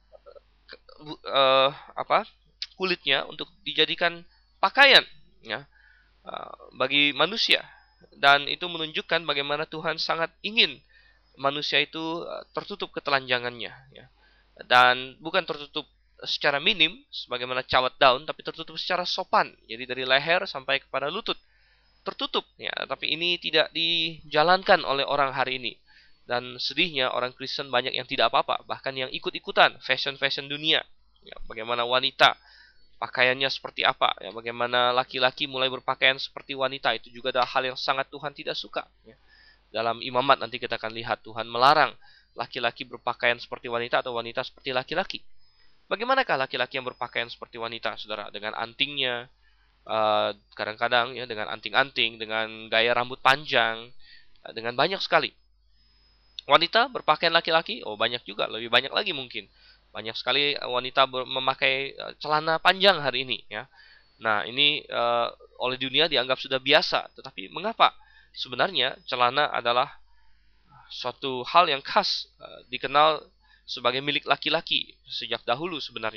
uh, apa kulitnya untuk dijadikan pakaian, ya, uh, bagi manusia. Dan itu menunjukkan bagaimana Tuhan sangat ingin manusia itu uh, tertutup ketelanjangannya, ya. Dan bukan tertutup secara minim sebagaimana cawat daun, tapi tertutup secara sopan. Jadi dari leher sampai kepada lutut tertutup, ya. Tapi ini tidak dijalankan oleh orang hari ini. Dan sedihnya orang Kristen banyak yang tidak apa-apa, bahkan yang ikut-ikutan fashion-fashion dunia. Ya, bagaimana wanita pakaiannya seperti apa, ya, bagaimana laki-laki mulai berpakaian seperti wanita, itu juga adalah hal yang sangat Tuhan tidak suka, ya. Dalam imamat nanti kita akan lihat Tuhan melarang laki-laki berpakaian seperti wanita atau wanita seperti laki-laki. Bagaimanakah laki-laki yang berpakaian seperti wanita, saudara? Dengan antingnya, kadang-kadang uh, ya dengan anting-anting, dengan gaya rambut panjang, uh, dengan banyak sekali. Wanita berpakaian laki-laki, oh banyak juga, lebih banyak lagi mungkin. Banyak sekali wanita memakai uh, celana panjang hari ini, ya. Nah, ini uh, oleh dunia dianggap sudah biasa, tetapi mengapa? Sebenarnya celana adalah suatu hal yang khas, uh, dikenal sebagai milik laki-laki sejak dahulu sebenarnya.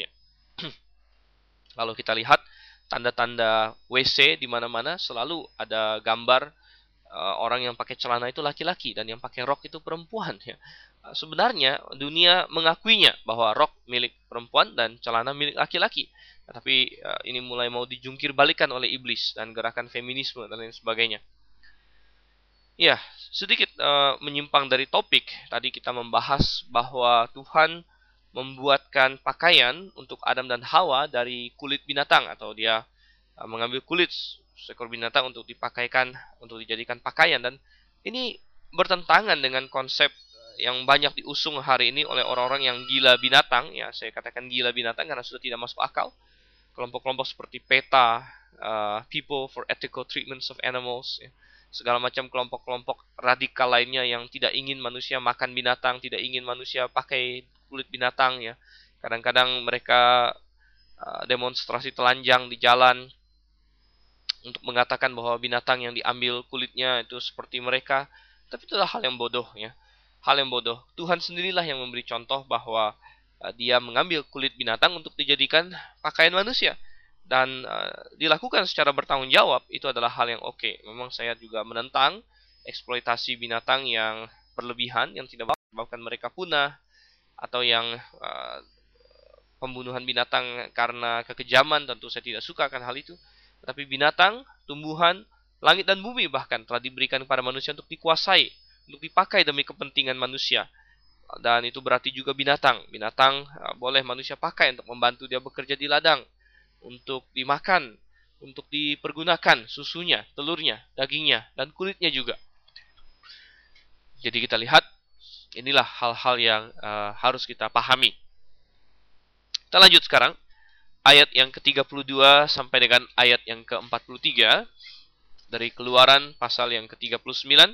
Lalu kita lihat tanda-tanda W C di mana-mana selalu ada gambar uh, orang yang pakai celana itu laki-laki dan yang pakai rok itu perempuan, ya. Uh, sebenarnya dunia mengakuinya bahwa rok milik perempuan dan celana milik laki-laki. Tapi uh, ini mulai mau dijungkir balikan oleh iblis dan gerakan feminisme dan lain sebagainya. Ya, sedikit uh, menyimpang dari topik. Tadi kita membahas bahwa Tuhan membuatkan pakaian untuk Adam dan Hawa dari kulit binatang, atau dia uh, mengambil kulit seekor binatang untuk dipakaikan, untuk dijadikan pakaian. Dan ini bertentangan dengan konsep yang banyak diusung hari ini oleh orang-orang yang gila binatang. Ya, saya katakan gila binatang karena sudah tidak masuk akal. Kelompok-kelompok seperti PETA, uh, People for Ethical Treatments of Animals, ya. Segala macam kelompok-kelompok radikal lainnya yang tidak ingin manusia makan binatang, tidak ingin manusia pakai kulit binatang, ya. Kadang-kadang mereka uh, demonstrasi telanjang di jalan untuk mengatakan bahwa binatang yang diambil kulitnya itu seperti mereka. Tapi itu adalah hal yang bodoh, ya. Hal yang bodoh. Tuhan sendirilah yang memberi contoh bahwa uh, dia mengambil kulit binatang untuk dijadikan pakaian manusia. Dan uh, dilakukan secara bertanggung jawab, itu adalah hal yang oke. Okay. Memang saya juga menentang eksploitasi binatang yang berlebihan, yang tidak menyebabkan mereka punah, atau yang uh, pembunuhan binatang karena kekejaman. Tentu saya tidak suka akan hal itu. Tetapi binatang, tumbuhan, langit dan bumi bahkan telah diberikan kepada manusia untuk dikuasai, untuk dipakai demi kepentingan manusia. Dan itu berarti juga binatang. Binatang uh, boleh manusia pakai untuk membantu dia bekerja di ladang, untuk dimakan, untuk dipergunakan susunya, telurnya, dagingnya, dan kulitnya juga. Jadi kita lihat, inilah hal-hal yang uh, harus kita pahami. Kita lanjut sekarang, ayat yang ke tiga puluh dua sampai dengan ayat yang ke empat puluh tiga, dari Keluaran pasal yang ke tiga puluh sembilan,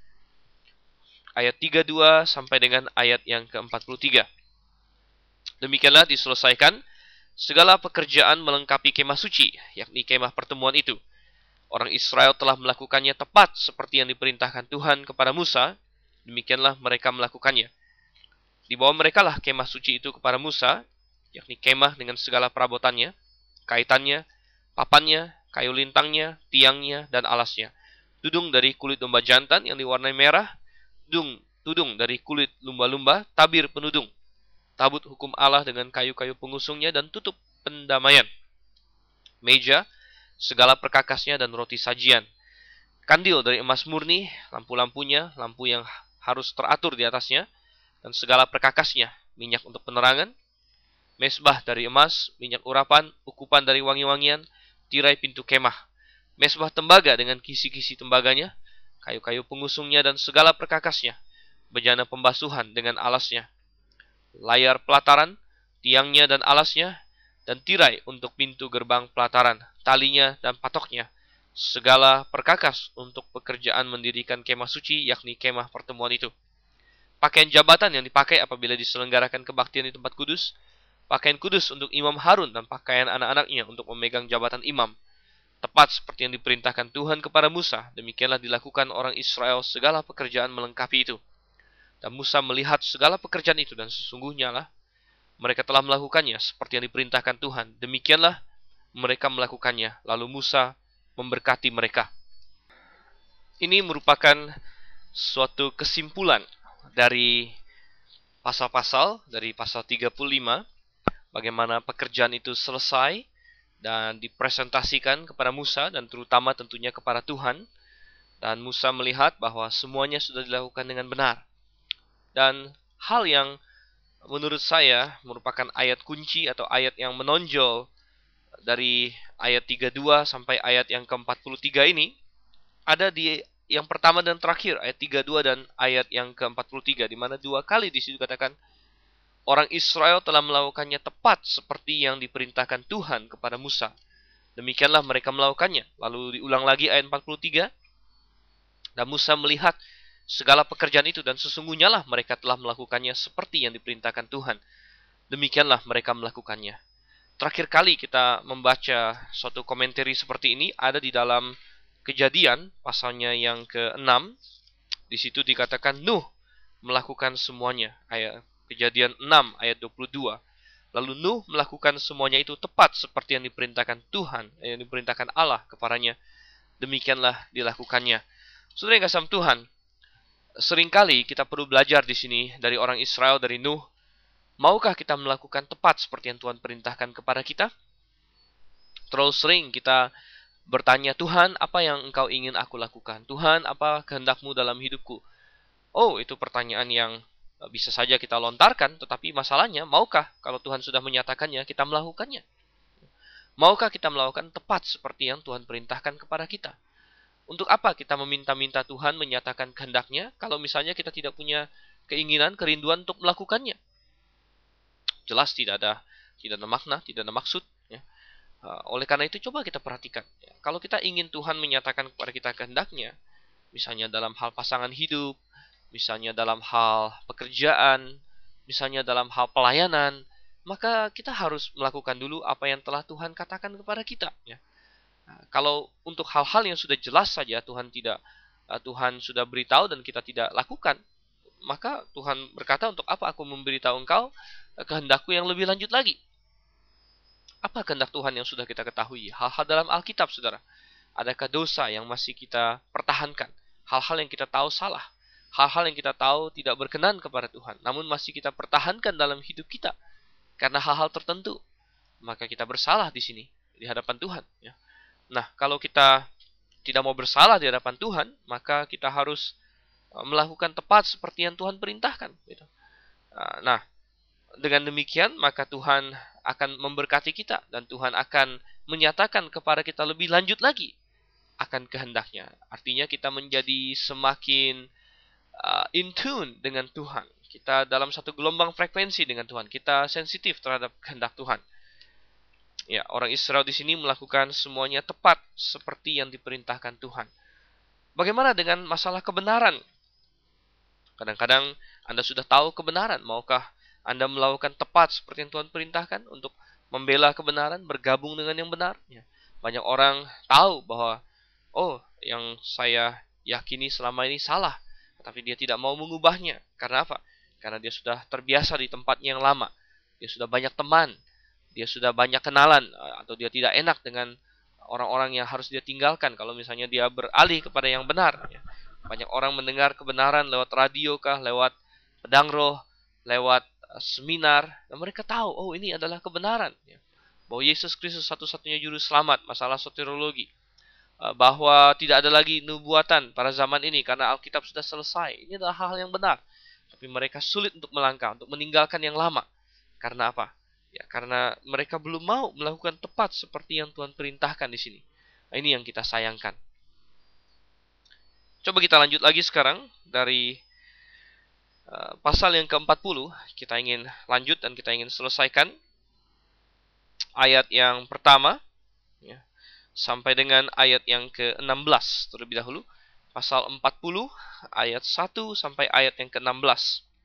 ayat tiga puluh dua sampai dengan ayat yang ke empat puluh tiga. Demikianlah diselesaikan segala pekerjaan melengkapi kemah suci, yakni kemah pertemuan itu. Orang Israel telah melakukannya tepat seperti yang diperintahkan Tuhan kepada Musa, demikianlah mereka melakukannya. Di bawah merekalah kemah suci itu kepada Musa, yakni kemah dengan segala perabotannya, kaitannya, papannya, kayu lintangnya, tiangnya, dan alasnya. Tudung dari kulit domba jantan yang diwarnai merah, tudung, tudung dari kulit lumba-lumba, tabir penudung, tabut hukum Allah dengan kayu-kayu pengusungnya dan tutup pendamaian, meja, segala perkakasnya dan roti sajian, kandil dari emas murni, lampu-lampunya, lampu yang harus teratur di atasnya, dan segala perkakasnya, minyak untuk penerangan, mesbah dari emas, minyak urapan, ukupan dari wangi-wangian, tirai pintu kemah, mesbah tembaga dengan kisi-kisi tembaganya, kayu-kayu pengusungnya dan segala perkakasnya, bejana pembasuhan dengan alasnya, layar pelataran, tiangnya dan alasnya, dan tirai untuk pintu gerbang pelataran, talinya dan patoknya, segala perkakas untuk pekerjaan mendirikan kemah suci, yakni kemah pertemuan itu. pakaian jabatan yang dipakai apabila diselenggarakan kebaktian di tempat kudus, pakaian kudus untuk Imam Harun dan pakaian anak-anaknya untuk memegang jabatan imam. Tepat seperti yang diperintahkan Tuhan kepada Musa, demikianlah dilakukan orang Israel segala pekerjaan melengkapi itu. Dan Musa melihat segala pekerjaan itu, dan sesungguhnya lah mereka telah melakukannya seperti yang diperintahkan Tuhan. Demikianlah mereka melakukannya. Lalu Musa memberkati mereka. Ini merupakan suatu kesimpulan dari pasal-pasal, dari pasal tiga puluh lima, bagaimana pekerjaan itu selesai dan dipresentasikan kepada Musa, dan terutama tentunya kepada Tuhan. Dan Musa melihat bahwa semuanya sudah dilakukan dengan benar. Dan hal yang menurut saya merupakan ayat kunci atau ayat yang menonjol dari ayat tiga puluh dua sampai ayat yang ke empat puluh tiga ini, ada di yang pertama dan terakhir, ayat tiga puluh dua dan ayat yang ke empat puluh tiga, di mana dua kali di situ katakan, orang Israel telah melakukannya tepat seperti yang diperintahkan Tuhan kepada Musa. Demikianlah mereka melakukannya. Lalu diulang lagi ayat empat puluh tiga, dan Musa melihat segala pekerjaan itu, dan sesungguhnya lah mereka telah melakukannya seperti yang diperintahkan Tuhan. Demikianlah mereka melakukannya. Terakhir kali kita membaca suatu komentari seperti ini ada di dalam Kejadian, pasalnya yang keenam. Di situ dikatakan Nuh melakukan semuanya. Ayat Kejadian enam ayat dua puluh dua. Lalu Nuh melakukan semuanya itu tepat seperti yang diperintahkan Tuhan, yang diperintahkan Allah kepadanya. Demikianlah dilakukannya. Saudara yang kasih Tuhan, seringkali kita perlu belajar di sini dari orang Israel, dari Nuh. Maukah kita melakukan tepat seperti yang Tuhan perintahkan kepada kita? Terlalu sering kita bertanya, Tuhan, apa yang Engkau ingin aku lakukan? Tuhan, apa kehendak-Mu dalam hidupku? Oh, itu pertanyaan yang bisa saja kita lontarkan, tetapi masalahnya, maukah kalau Tuhan sudah menyatakannya, kita melakukannya? Maukah kita melakukan tepat seperti yang Tuhan perintahkan kepada kita? Untuk apa kita meminta-minta Tuhan menyatakan kehendak-Nya, kalau misalnya kita tidak punya keinginan, kerinduan untuk melakukannya? Jelas tidak ada, tidak ada makna, tidak ada maksud. Ya. Uh, oleh karena itu coba kita perhatikan. Ya. Kalau kita ingin Tuhan menyatakan kepada kita kehendak-Nya, misalnya dalam hal pasangan hidup, misalnya dalam hal pekerjaan, misalnya dalam hal pelayanan, maka kita harus melakukan dulu apa yang telah Tuhan katakan kepada kita. Ya. Nah, kalau untuk hal-hal yang sudah jelas saja Tuhan tidak, uh, Tuhan sudah beritahu dan kita tidak lakukan, maka Tuhan berkata, untuk apa aku memberitahu engkau kehendakku yang lebih lanjut lagi? Apa kehendak Tuhan yang sudah kita ketahui? Hal-hal dalam Alkitab, saudara. Adakah dosa yang masih kita pertahankan? Hal-hal yang kita tahu salah. Hal-hal yang kita tahu tidak berkenan kepada Tuhan. Namun masih kita pertahankan dalam hidup kita. Karena hal-hal tertentu. Maka kita bersalah di sini. Di hadapan Tuhan. Ya. Nah, kalau kita tidak mau bersalah di hadapan Tuhan, maka kita harus melakukan tepat seperti yang Tuhan perintahkan. Nah, dengan demikian maka Tuhan akan memberkati kita, dan Tuhan akan menyatakan kepada kita lebih lanjut lagi akan kehendak-Nya. Artinya kita menjadi semakin uh, in tune dengan Tuhan. Kita dalam satu gelombang frekuensi dengan Tuhan. Kita sensitif terhadap kehendak Tuhan. Ya, orang Israel di sini melakukan semuanya tepat seperti yang diperintahkan Tuhan. Bagaimana dengan masalah kebenaran? Kadang-kadang Anda sudah tahu kebenaran. Maukah Anda melakukan tepat seperti yang Tuhan perintahkan untuk membela kebenaran, bergabung dengan yang benar? Ya. Banyak orang tahu bahwa, oh, yang saya yakini selama ini salah. Tapi dia tidak mau mengubahnya. Karena apa? Karena dia sudah terbiasa di tempatnya yang lama. Dia sudah banyak teman. Dia sudah banyak kenalan. Atau dia tidak enak dengan orang-orang yang harus dia tinggalkan. Kalau misalnya dia beralih kepada yang benar. Ya. Banyak orang mendengar kebenaran lewat radio kah, lewat pedang roh, lewat seminar, dan mereka tahu, oh ini adalah kebenaran. Ya. Bahwa Yesus Kristus satu-satunya juru selamat, masalah soteriologi. Bahwa tidak ada lagi nubuatan pada zaman ini, karena Alkitab sudah selesai. Ini adalah hal yang benar. Tapi mereka sulit untuk melangkah, untuk meninggalkan yang lama. Karena apa? Ya, karena mereka belum mau melakukan tepat seperti yang Tuhan perintahkan di sini. Nah, ini yang kita sayangkan. Coba kita lanjut lagi sekarang dari uh, pasal yang ke empat puluh. Kita ingin lanjut dan kita ingin selesaikan ayat yang pertama ya, sampai dengan ayat yang ke enam belas terlebih dahulu. Pasal empat puluh ayat satu sampai ayat yang ke enam belas.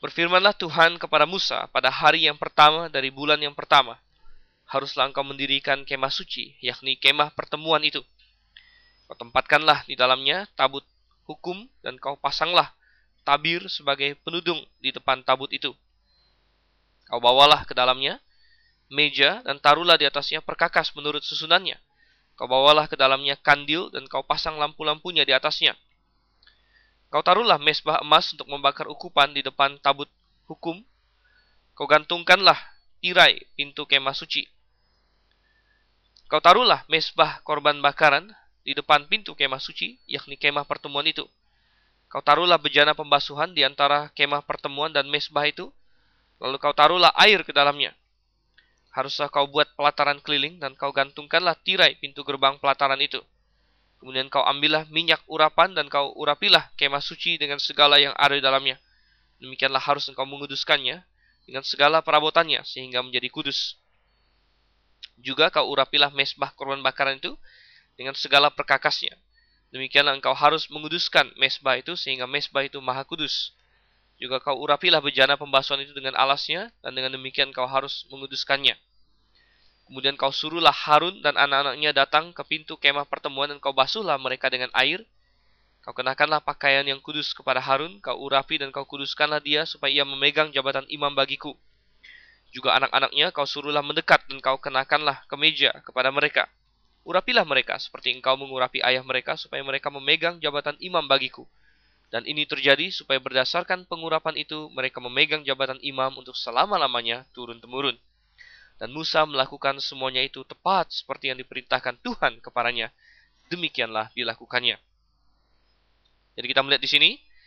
Berfirmanlah Tuhan kepada Musa pada hari yang pertama dari bulan yang pertama. Haruslah engkau mendirikan kemah suci, yakni kemah pertemuan itu. Kau tempatkanlah di dalamnya tabut hukum dan kau pasanglah tabir sebagai penudung di depan tabut itu. Kau bawalah ke dalamnya meja dan taruhlah di atasnya perkakas menurut susunannya. Kau bawalah ke dalamnya kandil dan kau pasang lampu-lampunya di atasnya. Kau taruhlah mezbah emas untuk membakar ukupan di depan tabut hukum. Kau gantungkanlah tirai pintu kemah suci. Kau taruhlah mezbah korban bakaran di depan pintu kemah suci, yakni kemah pertemuan itu. Kau taruhlah bejana pembasuhan di antara kemah pertemuan dan mezbah itu. Lalu kau taruhlah air ke dalamnya. Haruslah kau buat pelataran keliling dan kau gantungkanlah tirai pintu gerbang pelataran itu. Kemudian kau ambillah minyak urapan dan kau urapilah kemah suci dengan segala yang ada di dalamnya. Demikianlah harus engkau menguduskannya dengan segala perabotannya sehingga menjadi kudus. Juga kau urapilah mezbah korban bakaran itu dengan segala perkakasnya. Demikianlah engkau harus menguduskan mezbah itu sehingga mezbah itu maha kudus. Juga kau urapilah bejana pembasuhan itu dengan alasnya dan dengan demikian kau harus menguduskannya. Kemudian kau suruhlah Harun dan anak-anaknya datang ke pintu kemah pertemuan dan kau basuhlah mereka dengan air. Kau kenakanlah pakaian yang kudus kepada Harun, kau urapi dan kau kuduskanlah dia supaya ia memegang jabatan imam bagiku. Juga anak-anaknya kau suruhlah mendekat dan kau kenakanlah kemeja kepada mereka. Urapilah mereka seperti engkau mengurapi ayah mereka supaya mereka memegang jabatan imam bagiku. Dan ini terjadi supaya berdasarkan pengurapan itu mereka memegang jabatan imam untuk selama-lamanya turun-temurun. Dan Musa melakukan semuanya itu tepat seperti yang diperintahkan Tuhan kepadanya. Demikianlah dilakukannya. Jadi kita melihat di sini,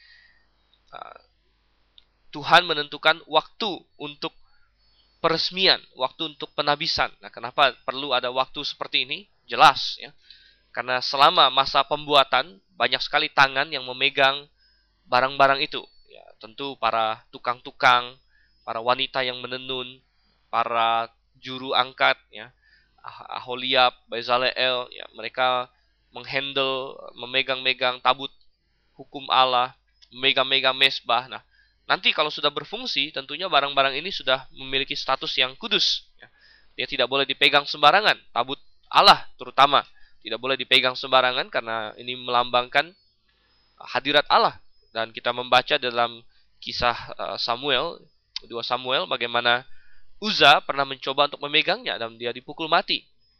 Tuhan menentukan waktu untuk peresmian, waktu untuk penabisan. Nah, kenapa perlu ada waktu seperti ini? Jelas, ya. Karena selama masa pembuatan, banyak sekali tangan yang memegang barang-barang itu. Ya, tentu para tukang-tukang, para wanita yang menenun, para juru angkat, ya, Aholiab, Bezaleel, ya, mereka menghandle, memegang-megang tabut hukum Allah, memegang-megang mezbah. Nah, nanti kalau sudah berfungsi, tentunya barang-barang ini sudah memiliki status yang kudus. Ya. Dia tidak boleh dipegang sembarangan, tabut Allah terutama tidak boleh dipegang sembarangan karena ini melambangkan hadirat Allah. Dan kita membaca dalam kisah Samuel, dua Samuel, bagaimana Uza pernah mencoba untuk memegangnya dan dia dipukul mati.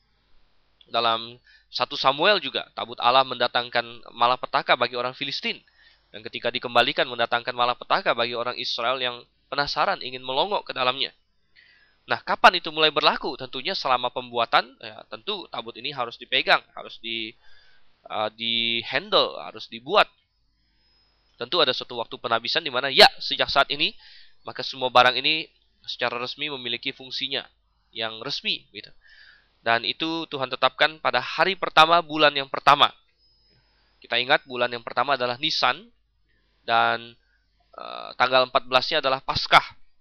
Dalam satu Samuel juga, tabut Allah mendatangkan malapetaka bagi orang Filistin. Dan ketika dikembalikan mendatangkan malapetaka bagi orang Israel yang penasaran ingin melongok ke dalamnya. Nah, kapan itu mulai berlaku? Tentunya selama pembuatan, ya, tentu tabut ini harus dipegang, harus di uh, di handle, harus dibuat. Tentu ada suatu waktu penabisan di mana ya sejak saat ini maka semua barang ini secara resmi memiliki fungsinya yang resmi, gitu. Dan itu Tuhan tetapkan pada hari pertama bulan yang pertama. Kita ingat bulan yang pertama adalah Nisan dan uh, tanggal empat belasnya adalah Paskah.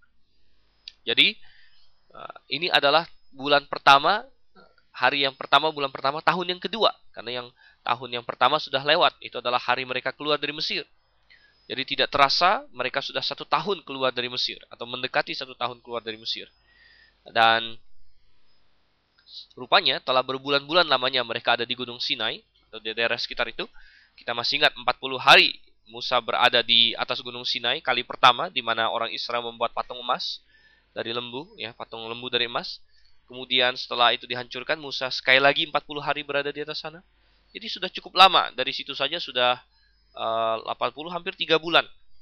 Jadi uh, ini adalah bulan pertama, hari yang pertama bulan pertama tahun yang kedua. Karena yang tahun yang pertama sudah lewat, itu adalah hari mereka keluar dari Mesir. Jadi tidak terasa mereka sudah satu tahun keluar dari Mesir atau mendekati satu tahun keluar dari Mesir. Dan rupanya telah berbulan-bulan lamanya mereka ada di Gunung Sinai atau di daerah sekitar itu. Kita masih ingat empat puluh hari Musa berada di atas Gunung Sinai kali pertama di mana orang Israel membuat patung emas dari lembu, ya, patung lembu dari emas. Kemudian setelah itu dihancurkan, Musa sekali lagi empat puluh hari berada di atas sana. Jadi sudah cukup lama, dari situ saja sudah uh, delapan puluh hampir tiga bulan.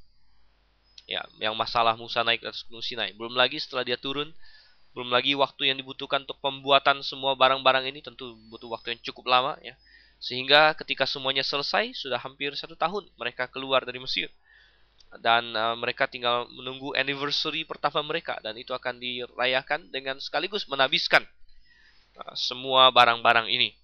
Ya, yang masalah Musa naik ke atas Gunung Sinai. Belum lagi setelah dia turun, belum lagi waktu yang dibutuhkan untuk pembuatan semua barang-barang ini, tentu butuh waktu yang cukup lama, ya. Sehingga ketika semuanya selesai, sudah hampir satu tahun mereka keluar dari Mesir. Dan uh, mereka tinggal menunggu anniversary pertama mereka. Dan itu akan dirayakan dengan sekaligus menabiskan uh, semua barang-barang ini.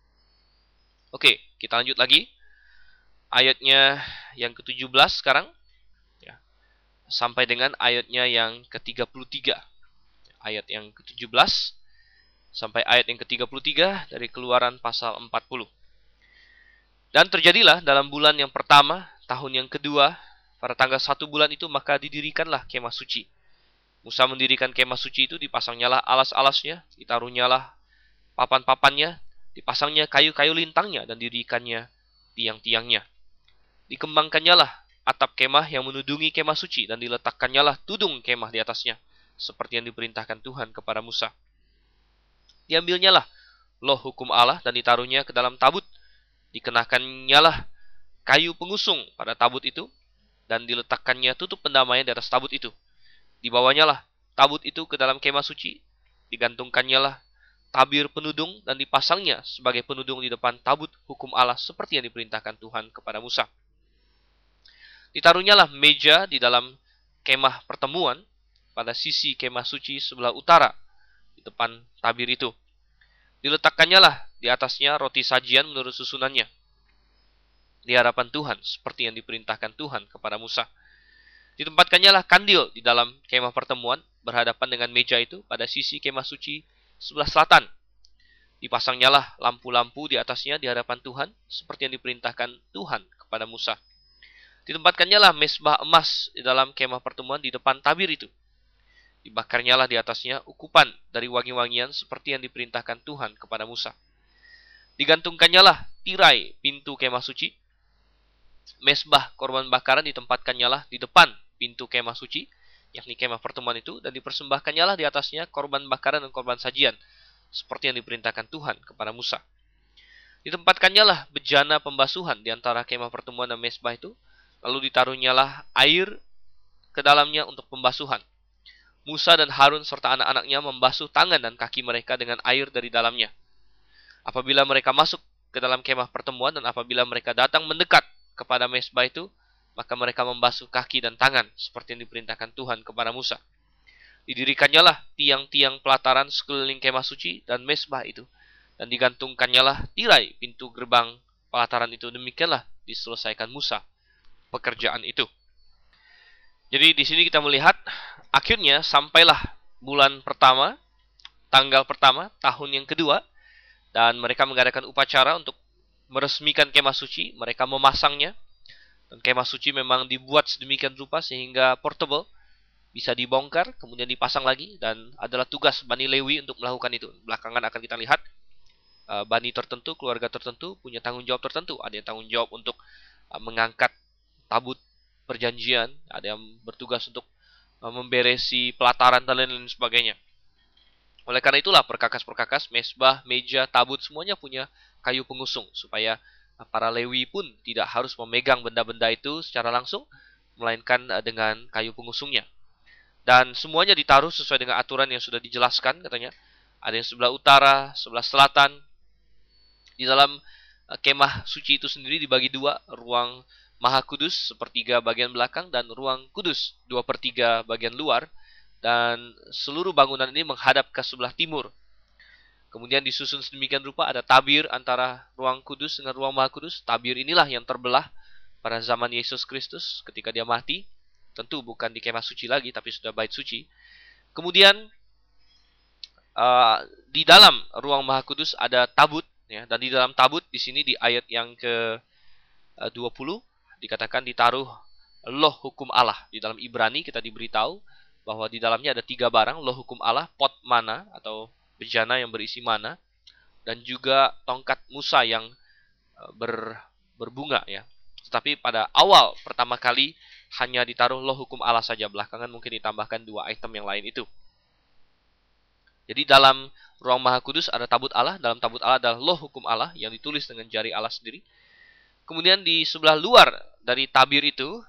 Oke, kita lanjut lagi. Ayatnya yang ke tujuh belas sekarang. Ya, sampai dengan ayatnya yang ke tiga puluh tiga. Ayat yang ke tujuh belas sampai ayat yang ke tiga puluh tiga dari Keluaran pasal empat puluh. Dan terjadilah dalam bulan yang pertama, tahun yang kedua, pada tanggal satu bulan itu maka didirikanlah kemah suci. Musa mendirikan kemah suci itu, dipasangnyalah alas-alasnya, ditaruhnyalah papan-papannya, dipasangnya kayu-kayu lintangnya, dan didirikannya tiang-tiangnya. Dikembangkannyalah atap kemah yang menudungi kemah suci, dan diletakkannyalah tudung kemah di atasnya, seperti yang diperintahkan Tuhan kepada Musa. Diambilnyalah loh hukum Allah dan ditaruhnya ke dalam tabut. Dikenakannya kayu pengusung pada tabut itu, dan diletakkannya tutup pendamaian di atas tabut itu. Dibawanyalah tabut itu ke dalam kemah suci, digantungkannyalah tabir penudung, dan dipasangnya sebagai penudung di depan tabut hukum Allah seperti yang diperintahkan Tuhan kepada Musa. Ditaruhnyalah meja di dalam kemah pertemuan pada sisi kemah suci sebelah utara di depan tabir itu. Diletakkannya di atasnya roti sajian menurut susunannya di hadapan Tuhan seperti yang diperintahkan Tuhan kepada Musa. Ditempatkannya kandil di dalam kemah pertemuan berhadapan dengan meja itu pada sisi kemah suci sebelah selatan. Dipasangnyalah lampu-lampu di atasnya di hadapan Tuhan seperti yang diperintahkan Tuhan kepada Musa. Ditempatkannya mezbah emas di dalam kemah pertemuan di depan tabir itu. Dibakarnyalah di atasnya ukupan dari wangi-wangian seperti yang diperintahkan Tuhan kepada Musa. Digantungkannyalah tirai pintu kemah suci. Mezbah korban bakaran ditempatkannya di depan pintu kemah suci, yakni kemah pertemuan itu, dan dipersembahkannyalah di atasnya korban bakaran dan korban sajian, seperti yang diperintahkan Tuhan kepada Musa. Ditempatkannya bejana pembasuhan di antara kemah pertemuan dan mezbah itu, lalu ditaruhnyalah air ke dalamnya untuk pembasuhan. Musa dan Harun serta anak-anaknya membasuh tangan dan kaki mereka dengan air dari dalamnya. Apabila mereka masuk ke dalam kemah pertemuan dan apabila mereka datang mendekat kepada mezbah itu, maka mereka membasuh kaki dan tangan seperti yang diperintahkan Tuhan kepada Musa. Didirikannya tiang-tiang pelataran sekeliling kemah suci dan mezbah itu, dan digantungkannya tirai pintu gerbang pelataran itu. Demikianlah diselesaikan Musa pekerjaan itu. Jadi di sini kita melihat akhirnya sampailah bulan pertama, tanggal pertama, tahun yang kedua, dan mereka mengadakan upacara untuk meresmikan kemah suci. Mereka memasangnya, dan kemah suci memang dibuat sedemikian rupa sehingga portable, bisa dibongkar, kemudian dipasang lagi, dan adalah tugas Bani Lewi untuk melakukan itu. Belakangan akan kita lihat uh, Bani tertentu, keluarga tertentu punya tanggung jawab tertentu. Ada yang tanggung jawab untuk uh, mengangkat tabut perjanjian, ada yang bertugas untuk uh, memberesi pelataran dan lain-lain sebagainya. Oleh karena itulah perkakas-perkakas, mezbah, meja, tabut semuanya punya kayu pengusung supaya para Lewi pun tidak harus memegang benda-benda itu secara langsung, melainkan dengan kayu pengusungnya. Dan semuanya ditaruh sesuai dengan aturan yang sudah dijelaskan katanya. Ada yang sebelah utara, sebelah selatan. Di dalam kemah suci itu sendiri dibagi dua, ruang Maha Kudus sepertiga bagian belakang dan ruang Kudus dua per tiga bagian luar. Dan seluruh bangunan ini menghadap ke sebelah timur. Kemudian disusun sedemikian rupa ada tabir antara ruang kudus dengan ruang maha kudus. Tabir inilah yang terbelah pada zaman Yesus Kristus ketika dia mati. Tentu bukan di kemah suci lagi, tapi sudah bait suci. Kemudian uh, di dalam ruang maha kudus ada tabut, ya, dan di dalam tabut di sini di ayat yang ke dua puluh dikatakan ditaruh loh hukum Allah. Di dalam Ibrani kita diberitahu bahwa di dalamnya ada tiga barang, loh hukum Allah, pot mana atau bejana yang berisi mana, dan juga tongkat Musa yang ber, berbunga, ya. Tetapi pada awal pertama kali hanya ditaruh loh hukum Allah saja. Belakangan mungkin ditambahkan dua item yang lain itu. Jadi dalam ruang Maha Kudus ada tabut Allah, dalam tabut Allah adalah loh hukum Allah yang ditulis dengan jari Allah sendiri. Kemudian di sebelah luar dari tabir itu,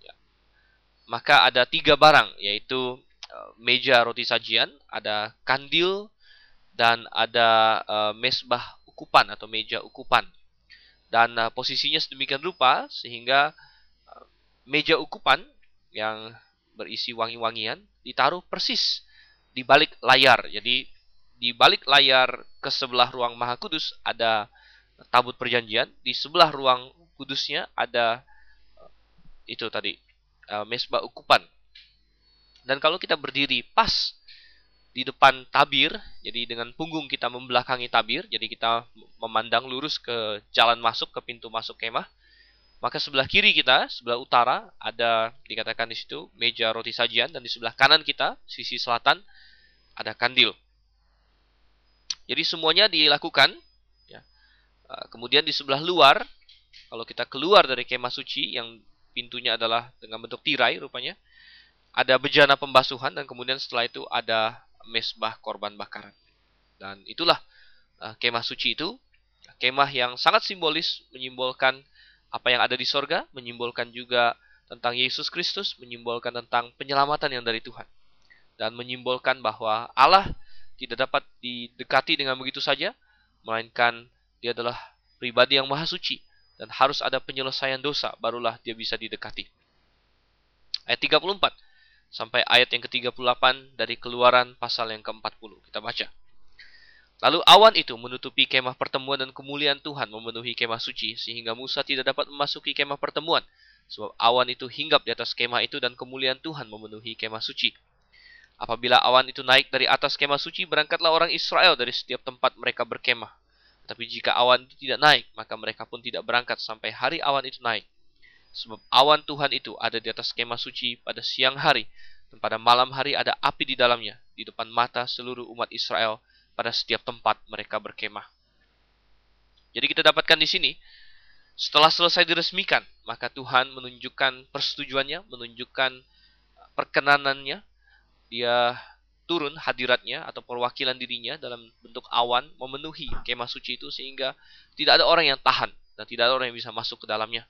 maka ada tiga barang, yaitu meja roti sajian, ada kandil, dan ada uh, mezbah ukupan atau meja ukupan. Dan uh, posisinya sedemikian rupa sehingga uh, meja ukupan yang berisi wangi-wangian ditaruh persis di balik layar. Jadi di balik layar ke sebelah ruang Maha Kudus ada tabut perjanjian, di sebelah ruang kudusnya ada uh, itu tadi uh, mezbah ukupan. Dan kalau kita berdiri pas di depan tabir, jadi dengan punggung kita membelakangi tabir, jadi kita memandang lurus ke jalan masuk, ke pintu masuk kemah, Maka sebelah kiri kita, sebelah utara, ada dikatakan di situ meja roti sajian, dan di sebelah kanan kita, sisi selatan, ada kandil. Jadi semuanya dilakukan. Ya. Kemudian di sebelah luar, kalau kita keluar dari kemah suci yang pintunya adalah dengan bentuk tirai rupanya, ada bejana pembasuhan, dan kemudian setelah itu ada mesbah korban bakaran. Dan itulah uh, kemah suci itu, kemah yang sangat simbolis, menyimbolkan apa yang ada di sorga, menyimbolkan juga tentang Yesus Kristus, menyimbolkan tentang penyelamatan yang dari Tuhan, dan menyimbolkan bahwa Allah tidak dapat didekati dengan begitu saja, melainkan Dia adalah pribadi yang maha suci, dan harus ada penyelesaian dosa, barulah Dia bisa didekati. Ayat tiga puluh empat sampai ayat yang ke tiga puluh delapan dari Keluaran pasal yang ke empat puluh. Kita baca. Lalu awan itu menutupi kemah pertemuan, dan kemuliaan Tuhan memenuhi kemah suci, sehingga Musa tidak dapat memasuki kemah pertemuan, sebab awan itu hinggap di atas kemah itu, dan kemuliaan Tuhan memenuhi kemah suci. Apabila awan itu naik dari atas kemah suci, berangkatlah orang Israel dari setiap tempat mereka berkemah. Tapi jika awan itu tidak naik, maka mereka pun tidak berangkat sampai hari awan itu naik. Sebab awan Tuhan itu ada di atas kemah suci pada siang hari, dan pada malam hari ada api di dalamnya, di depan mata seluruh umat Israel, pada setiap tempat mereka berkemah. Jadi kita dapatkan di sini, setelah selesai diresmikan, maka Tuhan menunjukkan persetujuannya, menunjukkan perkenanannya. Dia turun hadiratnya atau perwakilan dirinya dalam bentuk awan memenuhi kemah suci itu, sehingga tidak ada orang yang tahan dan tidak ada orang yang bisa masuk ke dalamnya.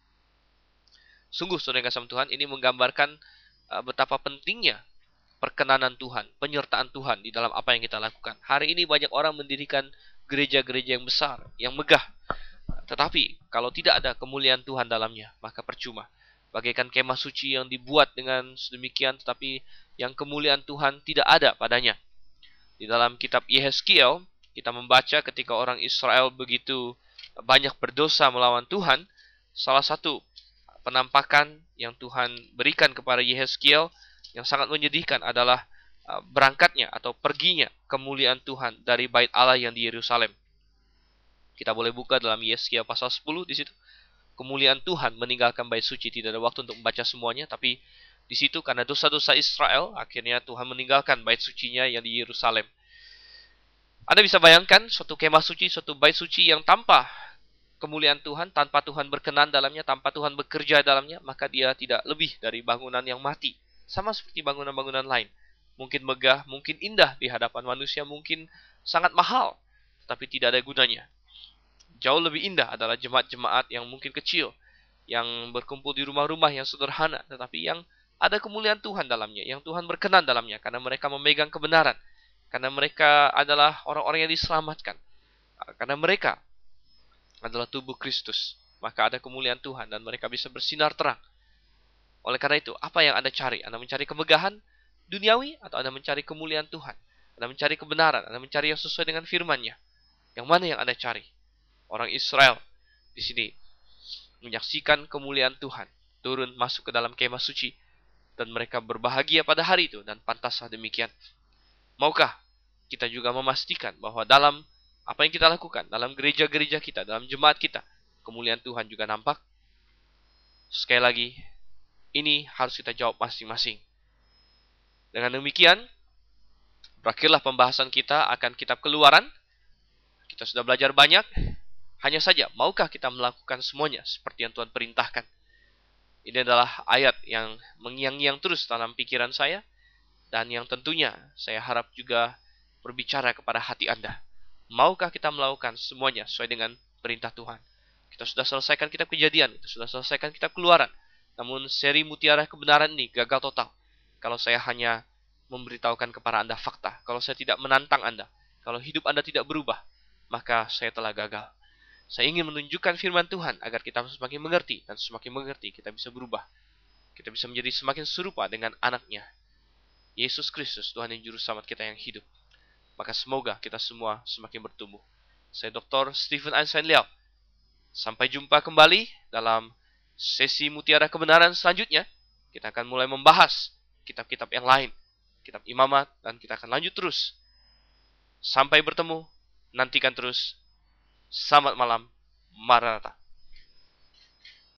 Sungguh, saudara yang kasih Tuhan, ini menggambarkan uh, betapa pentingnya perkenanan Tuhan, penyertaan Tuhan di dalam apa yang kita lakukan. Hari ini banyak orang mendirikan gereja-gereja yang besar, yang megah. Tetapi kalau tidak ada kemuliaan Tuhan dalamnya, maka percuma. Bagaikan kemah suci yang dibuat dengan sedemikian, tetapi yang kemuliaan Tuhan tidak ada padanya. Di dalam kitab Yehezkiel, kita membaca ketika orang Israel begitu banyak berdosa melawan Tuhan, salah satu penampakan yang Tuhan berikan kepada Yehezkiel yang sangat menyedihkan adalah uh, berangkatnya atau perginya kemuliaan Tuhan dari bait Allah yang di Yerusalem. Kita boleh buka dalam Yehezkiel pasal sepuluh di situ. Kemuliaan Tuhan meninggalkan bait suci. Tidak ada waktu untuk membaca semuanya, tapi di situ karena dosa-dosa Israel, akhirnya Tuhan meninggalkan bait sucinya yang di Yerusalem. Anda bisa bayangkan suatu kemah suci, suatu bait suci yang tanpa kemuliaan Tuhan, tanpa Tuhan berkenan dalamnya, tanpa Tuhan bekerja dalamnya, maka dia tidak lebih dari bangunan yang mati. Sama seperti bangunan-bangunan lain. Mungkin megah, mungkin indah di hadapan manusia, mungkin sangat mahal, tetapi tidak ada gunanya. Jauh lebih indah adalah jemaat-jemaat yang mungkin kecil, yang berkumpul di rumah-rumah yang sederhana, tetapi yang ada kemuliaan Tuhan dalamnya, yang Tuhan berkenan dalamnya, karena mereka memegang kebenaran, karena mereka adalah orang-orang yang diselamatkan, karena mereka adalah tubuh Kristus, maka ada kemuliaan Tuhan dan mereka bisa bersinar terang. Oleh karena itu, apa yang Anda cari? Anda mencari kemegahan duniawi atau Anda mencari kemuliaan Tuhan? Anda mencari kebenaran, Anda mencari yang sesuai dengan firman-Nya. Yang mana yang Anda cari? Orang Israel di sini menyaksikan kemuliaan Tuhan turun masuk ke dalam kemah suci, dan mereka berbahagia pada hari itu, dan pantaslah demikian. Maukah kita juga memastikan bahwa dalam apa yang kita lakukan, dalam gereja-gereja kita, dalam jemaat kita, kemuliaan Tuhan juga nampak? Sekali lagi, ini harus kita jawab masing-masing. Dengan demikian, berakhirlah pembahasan kita akan kitab Keluaran. Kita sudah belajar banyak. Hanya saja, maukah kita melakukan semuanya seperti yang Tuhan perintahkan? Ini adalah ayat yang mengiang-ngiang terus dalam pikiran saya, dan yang tentunya saya harap juga berbicara kepada hati Anda. Maukah kita melakukan semuanya sesuai dengan perintah Tuhan? Kita sudah selesaikan kitab Kejadian, kita sudah selesaikan kitab Keluaran. Namun seri Mutiara Kebenaran ini gagal total kalau saya hanya memberitahukan kepada Anda fakta. Kalau saya tidak menantang Anda, kalau hidup Anda tidak berubah, maka saya telah gagal. Saya ingin menunjukkan firman Tuhan agar kita semakin mengerti, dan semakin mengerti kita bisa berubah. Kita bisa menjadi semakin serupa dengan anaknya, Yesus Kristus, Tuhan yang Juru Selamat kita yang hidup. Maka semoga kita semua semakin bertumbuh. Saya doktor Stephen Einstein Liao. Sampai jumpa kembali dalam sesi Mutiara Kebenaran selanjutnya. Kita akan mulai membahas kitab-kitab yang lain, kitab Imamat, dan kita akan lanjut terus. Sampai bertemu, nantikan terus. Selamat malam, Maranatha.